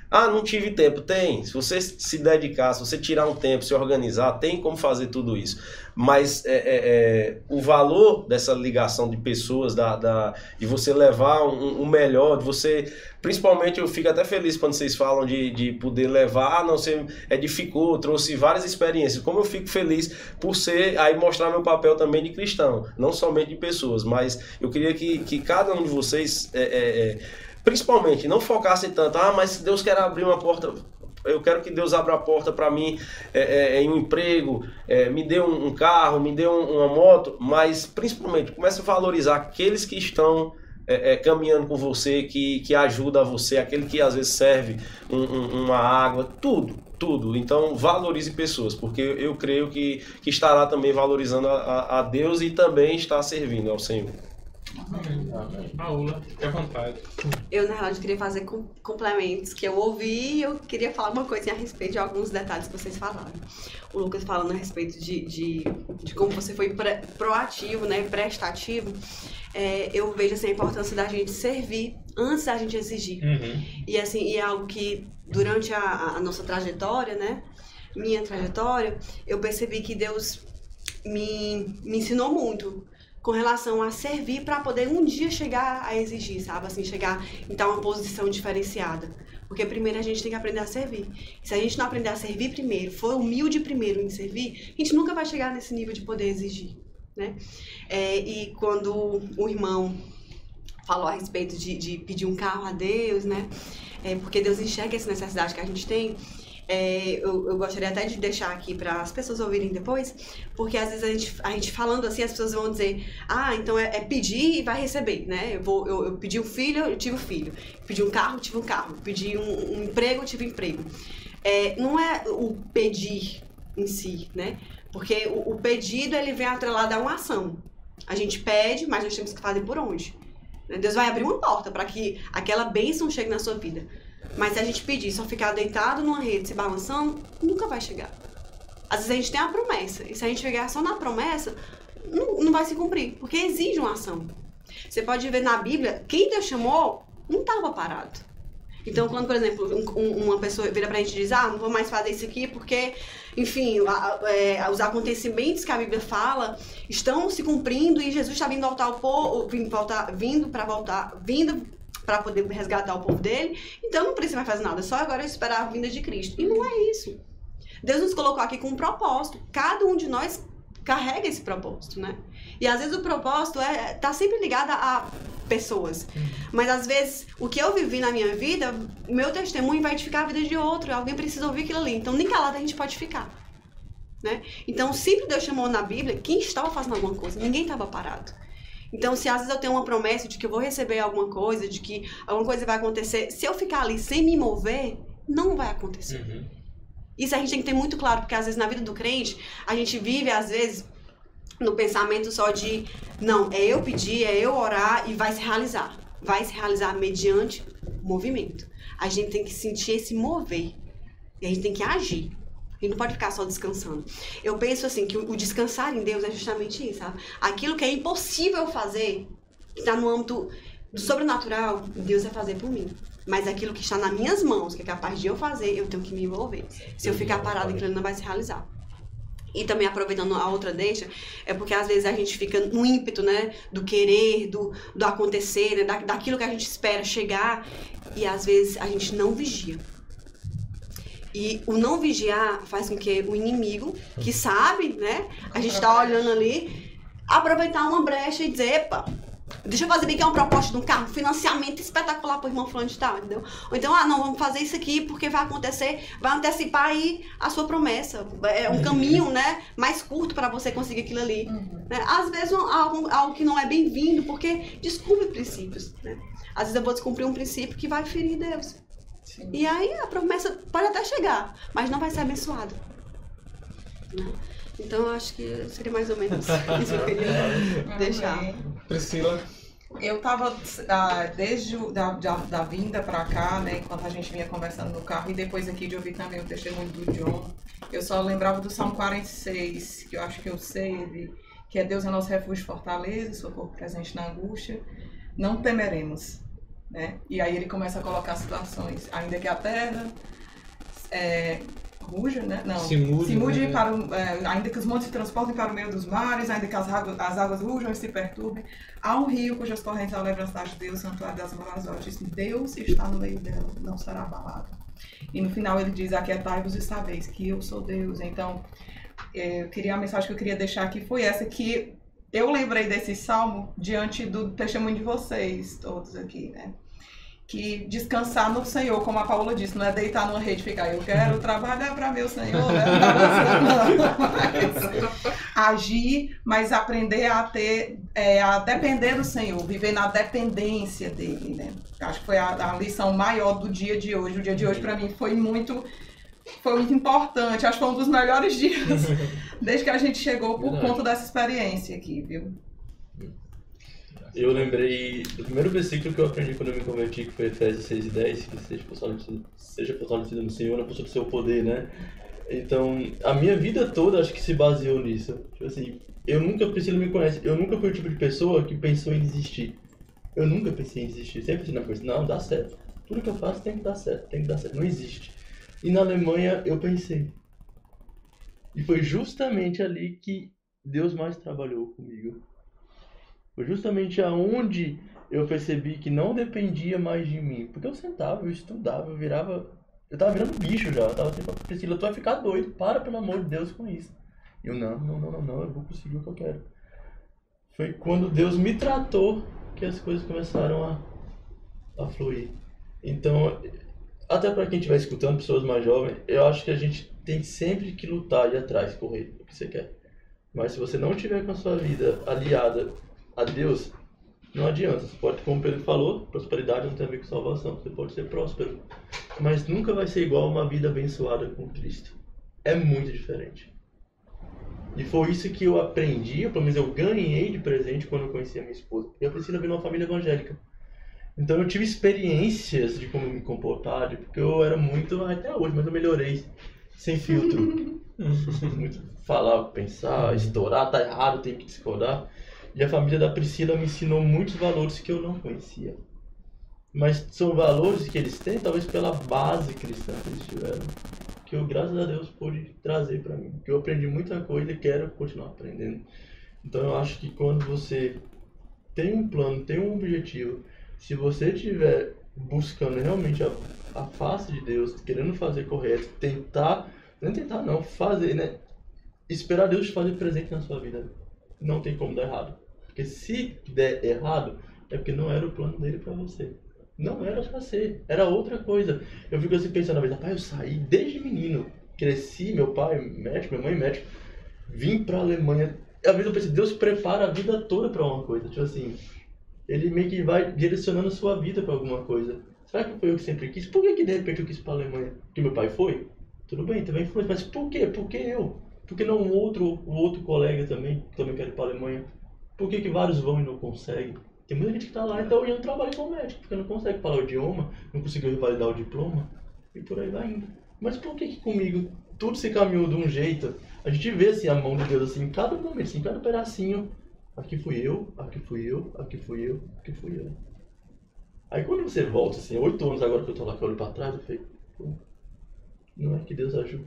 Ah, não tive tempo. Tem. Se você se dedicar, se você tirar um tempo, se organizar, tem como fazer tudo isso. Mas é, é, é, o valor dessa ligação de pessoas, da, da, de você levar um, um melhor, de você... Principalmente eu fico até feliz quando vocês falam de, de poder levar, ah, não, você edificou, trouxe várias experiências. Como eu fico feliz por ser, aí mostrar meu papel também de cristão, não somente de pessoas, mas eu queria que, que cada um de vocês... É, é, é, principalmente, não focasse tanto, ah, mas se Deus quer abrir uma porta, eu quero que Deus abra a porta para mim é, é, em um emprego, é, me dê um, um carro, me dê um, uma moto, mas principalmente, comece a valorizar aqueles que estão é, é, caminhando com você, que, que ajuda você, aquele que às vezes serve um, um, uma água, tudo, tudo. Então, valorize pessoas, porque eu creio que, que estará também valorizando a, a Deus e também está servindo ao Senhor. Amém. Paula, fique à vontade. Eu, na verdade, queria fazer com- complementos que eu ouvi e eu queria falar uma coisa a respeito de alguns detalhes que vocês falaram. O Lucas falando a respeito de, de, de como você foi pre- proativo, né, prestativo. É, eu vejo assim, a importância da gente servir antes da gente exigir. Uhum. E assim, e é algo que durante a, a nossa trajetória, né, minha trajetória, eu percebi que Deus me, me ensinou muito com relação a servir para poder um dia chegar a exigir, sabe? Assim, chegar em tal uma posição diferenciada. Porque primeiro a gente tem que aprender a servir. E se a gente não aprender a servir primeiro, for humilde primeiro em servir, a gente nunca vai chegar nesse nível de poder exigir, né? É, e quando o irmão falou a respeito de, de pedir um carro a Deus, né? É, porque Deus enxerga essa necessidade que a gente tem. É, eu, eu gostaria até de deixar aqui para as pessoas ouvirem depois, porque às vezes a gente, a gente falando assim, as pessoas vão dizer, ah, então é, é pedir e vai receber, né? Eu, vou, eu, eu pedi um filho, eu tive um filho. Pedi um carro, eu tive um carro. Pedi um, um emprego, eu tive um emprego. É, não é o pedir em si, né? Porque o, o pedido, ele vem atrelado a uma ação. A gente pede, mas nós temos que fazer por onde? Deus vai abrir uma porta para que aquela bênção chegue na sua vida. Mas se a gente pedir só ficar deitado numa rede se balançando, nunca vai chegar. Às vezes a gente tem a promessa, e se a gente ficar só na promessa, não, não vai se cumprir, porque exige uma ação. Você pode ver na Bíblia, quem Deus chamou, não estava parado. Então, quando, por exemplo, um, um, uma pessoa vira pra gente e diz, ah, não vou mais fazer isso aqui porque, enfim, a, é, os acontecimentos que a Bíblia fala estão se cumprindo e Jesus está vindo voltar ao povo, vindo, voltar, vindo para voltar, vindo para poder resgatar o povo dele, então não precisa mais fazer nada, só agora esperar a vinda de Cristo. E não é isso. Deus nos colocou aqui com um propósito. Cada um de nós carrega esse propósito, né? E às vezes o propósito é tá sempre ligado a pessoas. Mas às vezes o que eu vivi na minha vida, meu testemunho vai edificar a vida de outro. Alguém precisa ouvir aquilo ali. Então nem calado a gente pode ficar, né? Então sempre Deus chamou na Bíblia quem estava fazendo alguma coisa. Ninguém estava parado. Então, se às vezes eu tenho uma promessa de que eu vou receber alguma coisa, de que alguma coisa vai acontecer, se eu ficar ali sem me mover, não vai acontecer. Uhum. Isso a gente tem que ter muito claro, porque às vezes na vida do crente, a gente vive às vezes no pensamento só de, não, é eu pedir, é eu orar e vai se realizar. Vai se realizar mediante movimento. A gente tem que sentir esse mover. E a gente tem que agir. A gente não pode ficar só descansando. Eu penso assim, que o descansar em Deus é justamente isso, sabe? Aquilo que é impossível fazer, que está no âmbito do sobrenatural, Deus vai fazer por mim. Mas aquilo que está nas minhas mãos, que é capaz de eu fazer, eu tenho que me envolver. Se eu ficar parado, aquilo não vai se realizar. E também aproveitando a outra deixa, é porque às vezes a gente fica no ímpeto, né? Do querer, do, do acontecer, né? Da, daquilo que a gente espera chegar. E às vezes a gente não vigia. E o não vigiar faz com que o inimigo, que sabe, né? A gente tá olhando ali, aproveitar uma brecha e dizer, epa, deixa eu fazer bem que é uma proposta de um carro, financiamento espetacular pro irmão fulano de tal, entendeu? Ou então, ah, não, vamos fazer isso aqui porque vai acontecer, vai antecipar aí a sua promessa. É um caminho, né, mais curto para você conseguir aquilo ali. Uhum. Né? Às vezes, algo, algo que não é bem-vindo, porque descumpre princípios, né? Às vezes eu vou descumprir um princípio que vai ferir Deus. Sim. E aí a promessa pode até chegar, mas não vai ser abençoada. Né? Então eu acho que seria mais ou menos isso que eu queria deixar. Priscila? Eu tava ah, desde o, da, da, da vinda pra cá, né, enquanto a gente vinha conversando no carro, e depois aqui de ouvir também o testemunho do John, eu só lembrava do Salmo quarenta e seis, que eu acho que eu sei, que é Deus é nosso refúgio e fortaleza, socorro presente na angústia, não temeremos. né? E aí ele começa a colocar situações, ainda que a terra é, ruja, né? Não, Se mude, se mude né? para o, é, ainda que os montes se transportem para o meio dos mares, ainda que as águas, as águas rujam e se perturbem, há um rio cujas correntes alegram a cidade de Deus, santuário das morazotes. Deus está no meio dela, não será abalado. E no final ele diz: aquietai-vos e sabeis que eu sou Deus. Então, é, eu queria, a mensagem que eu queria deixar aqui foi essa, que eu lembrei desse salmo diante do testemunho de vocês todos aqui, né? Que descansar no Senhor, como a Paula disse, não é deitar numa rede e ficar, eu quero trabalhar para meu Senhor, né? Não, mas agir, mas aprender a ter, é, a depender do Senhor, viver na dependência dele, né? Acho que foi a, a lição maior do dia de hoje. O dia de hoje para mim foi muito, foi muito importante. Acho que foi um dos melhores dias desde que a gente chegou por Verdade. conta dessa experiência aqui, viu? Eu lembrei do primeiro versículo que eu aprendi quando eu me converti, que foi Efésios seis e dez, que seja fortalecido, seja fortalecido no Senhor, na força do seu poder, né? Então, a minha vida toda acho que se baseou nisso. Tipo assim, eu nunca, Priscila me conhece, eu nunca fui o tipo de pessoa que pensou em desistir. Eu nunca pensei em desistir, sempre pensei na coisa, não, dá certo. Tudo que eu faço tem que dar certo, tem que dar certo, não existe. E na Alemanha eu pensei. E foi justamente ali que Deus mais trabalhou comigo. Foi justamente aonde eu percebi que não dependia mais de mim. Porque eu sentava, eu estudava, eu virava... Eu tava virando bicho já. Eu tava assim, Priscila, tu vai ficar doido. Para, pelo amor de Deus, com isso. Eu, não, não, não, não, não. Eu vou conseguir o que eu quero. Foi quando Deus me tratou que as coisas começaram a, a fluir. Então, até para quem estiver escutando, pessoas mais jovens, eu acho que a gente tem sempre que lutar e ir atrás, correr o que você quer. Mas se você não tiver com a sua vida aliada a Deus, não adianta. Você pode, como o Pedro falou, prosperidade não tem a ver com salvação. Você pode ser próspero, mas nunca vai ser igual uma vida abençoada com Cristo. É muito diferente. E foi isso que eu aprendi, pelo menos eu ganhei de presente quando eu conheci a minha esposa. Porque a Priscila veio numa família evangélica. Então eu tive experiências de como me comportar, de- porque eu era muito, até hoje, mas eu melhorei, sem filtro. Muito falar, pensar, estourar, tá errado, tem que discordar. E a família da Priscila me ensinou muitos valores que eu não conhecia. Mas são valores que eles têm, talvez pela base cristã que eles tiveram, que eu, graças a Deus, pude trazer para mim. Que eu aprendi muita coisa e quero continuar aprendendo. Então eu acho que quando você tem um plano, tem um objetivo, se você estiver buscando realmente a, a face de Deus, querendo fazer correto, tentar, não tentar não, fazer, né? Esperar Deus te fazer presente na sua vida. Não tem como dar errado. Porque se der errado, é porque não era o plano dele pra você. Não era pra ser, era outra coisa. Eu fico assim pensando, na vez, rapaz, eu saí desde menino, cresci, meu pai médico, minha mãe médico, vim pra Alemanha. Às vezes eu penso, Deus prepara a vida toda pra uma coisa, tipo assim, ele meio que vai direcionando a sua vida pra alguma coisa. Será que foi eu que sempre quis? Por que que de repente eu quis ir pra Alemanha? Porque meu pai foi? Tudo bem, teve influência, mas por quê? Por que eu? Por que não um outro, um outro colega também, que também quer ir pra Alemanha? Por que que vários vão e não conseguem? Tem muita gente que está lá e está olhando trabalho como médico, porque não consegue falar o idioma, não conseguiu revalidar o diploma, e por aí vai indo. Mas por que que comigo tudo se caminhou de um jeito? A gente vê assim a mão de Deus assim, em cada momento, assim, em cada pedacinho. Aqui fui eu, aqui fui eu, aqui fui eu, aqui fui eu. Aí quando você volta, assim, oito anos agora que eu tô lá, que eu olho pra trás, eu falei, pô, não é que Deus ajuda.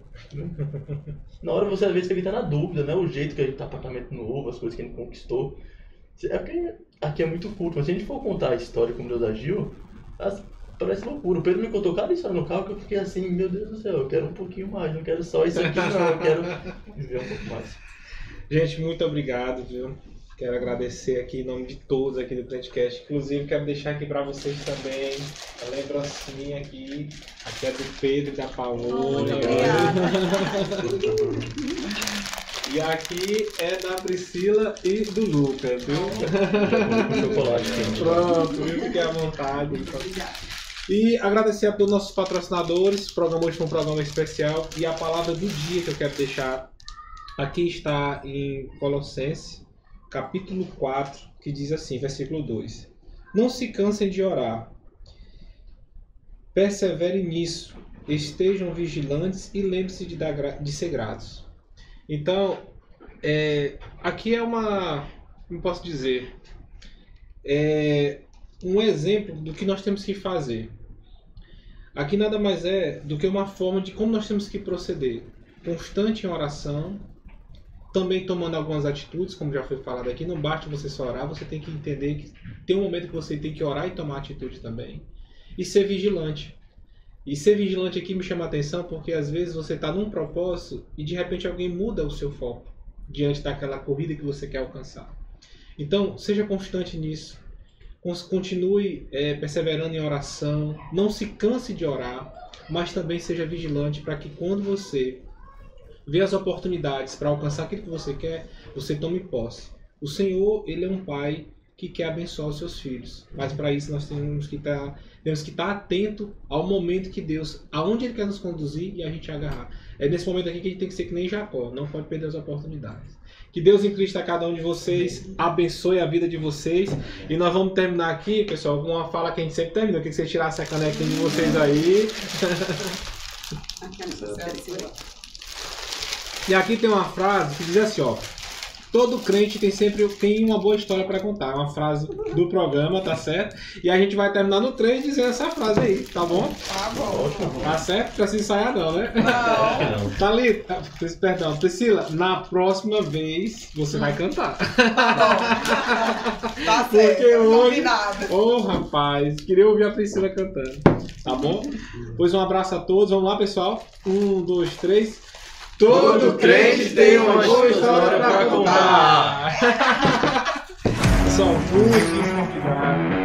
Na hora você às vezes fica na dúvida, né? O jeito que a gente tá apartamento novo, as coisas que a gente conquistou. É porque aqui é muito curto, mas se a gente for contar a história como Deus agiu, as- parece loucura. O Pedro me contou cada história no carro que eu fiquei assim, meu Deus do céu, eu quero um pouquinho mais, não quero só isso aqui não, eu quero viver um pouco mais. Gente, muito obrigado, viu? Quero agradecer aqui em nome de todos aqui do Plantcast. Inclusive, quero deixar aqui para vocês também a lembrancinha aqui. Aqui é do Pedro e da Paola. Muito obrigada. E aqui é da Priscila e do Lucas, viu? Com chocolate quente. Pronto, viu? Fique à vontade. Obrigada. E agradecer a todos os nossos patrocinadores. O programa hoje foi um programa especial. E a palavra do dia que eu quero deixar aqui está em Colossenses, capítulo quatro, que diz assim, versículo dois. Não se cansem de orar. Perseverem nisso. Estejam vigilantes e lembre-se de, dar gra- de ser gratos. Então, é, aqui é uma... Como posso dizer? É, um exemplo do que nós temos que fazer. Aqui nada mais é do que uma forma de como nós temos que proceder. Constante em oração, também tomando algumas atitudes, como já foi falado aqui. Não basta você só orar, você tem que entender que tem um momento que você tem que orar e tomar atitude também. E ser vigilante. E ser vigilante aqui me chama a atenção porque às vezes você está num propósito e de repente alguém muda o seu foco diante daquela corrida que você quer alcançar. Então, seja constante nisso. Continue é, perseverando em oração. Não se canse de orar, mas também seja vigilante para que quando você vê as oportunidades para alcançar aquilo que você quer, você tome posse. O Senhor, Ele é um Pai que quer abençoar os seus filhos. Mas para isso nós temos que estar temos que estar atento ao momento que Deus, aonde Ele quer nos conduzir e a gente agarrar. É nesse momento aqui que a gente tem que ser que nem Jacó, não pode perder as oportunidades. Que Deus em Cristo a cada um de vocês, abençoe a vida de vocês. E nós vamos terminar aqui, pessoal, com uma fala que a gente sempre termina. Eu queria que vocês tirassem a canequinha de vocês aí. E aqui tem uma frase que diz assim, ó. Todo crente tem sempre tem uma boa história para contar. Uma frase do programa, tá certo? E a gente vai terminar no trem dizendo essa frase aí, tá bom? Tá bom. Tá certo? Não precisa ensaiar não, né? Não. Tá ali, perdão, Priscila, na próxima vez você vai cantar. Tá bom. Tá certo. Porque hoje, Combinado. ô oh, rapaz, queria ouvir a Priscila cantando. Tá bom? Pois um abraço a todos. Vamos lá, pessoal. Um, dois, três. Todo crente tem uma boa história para contar. Só muito convidado.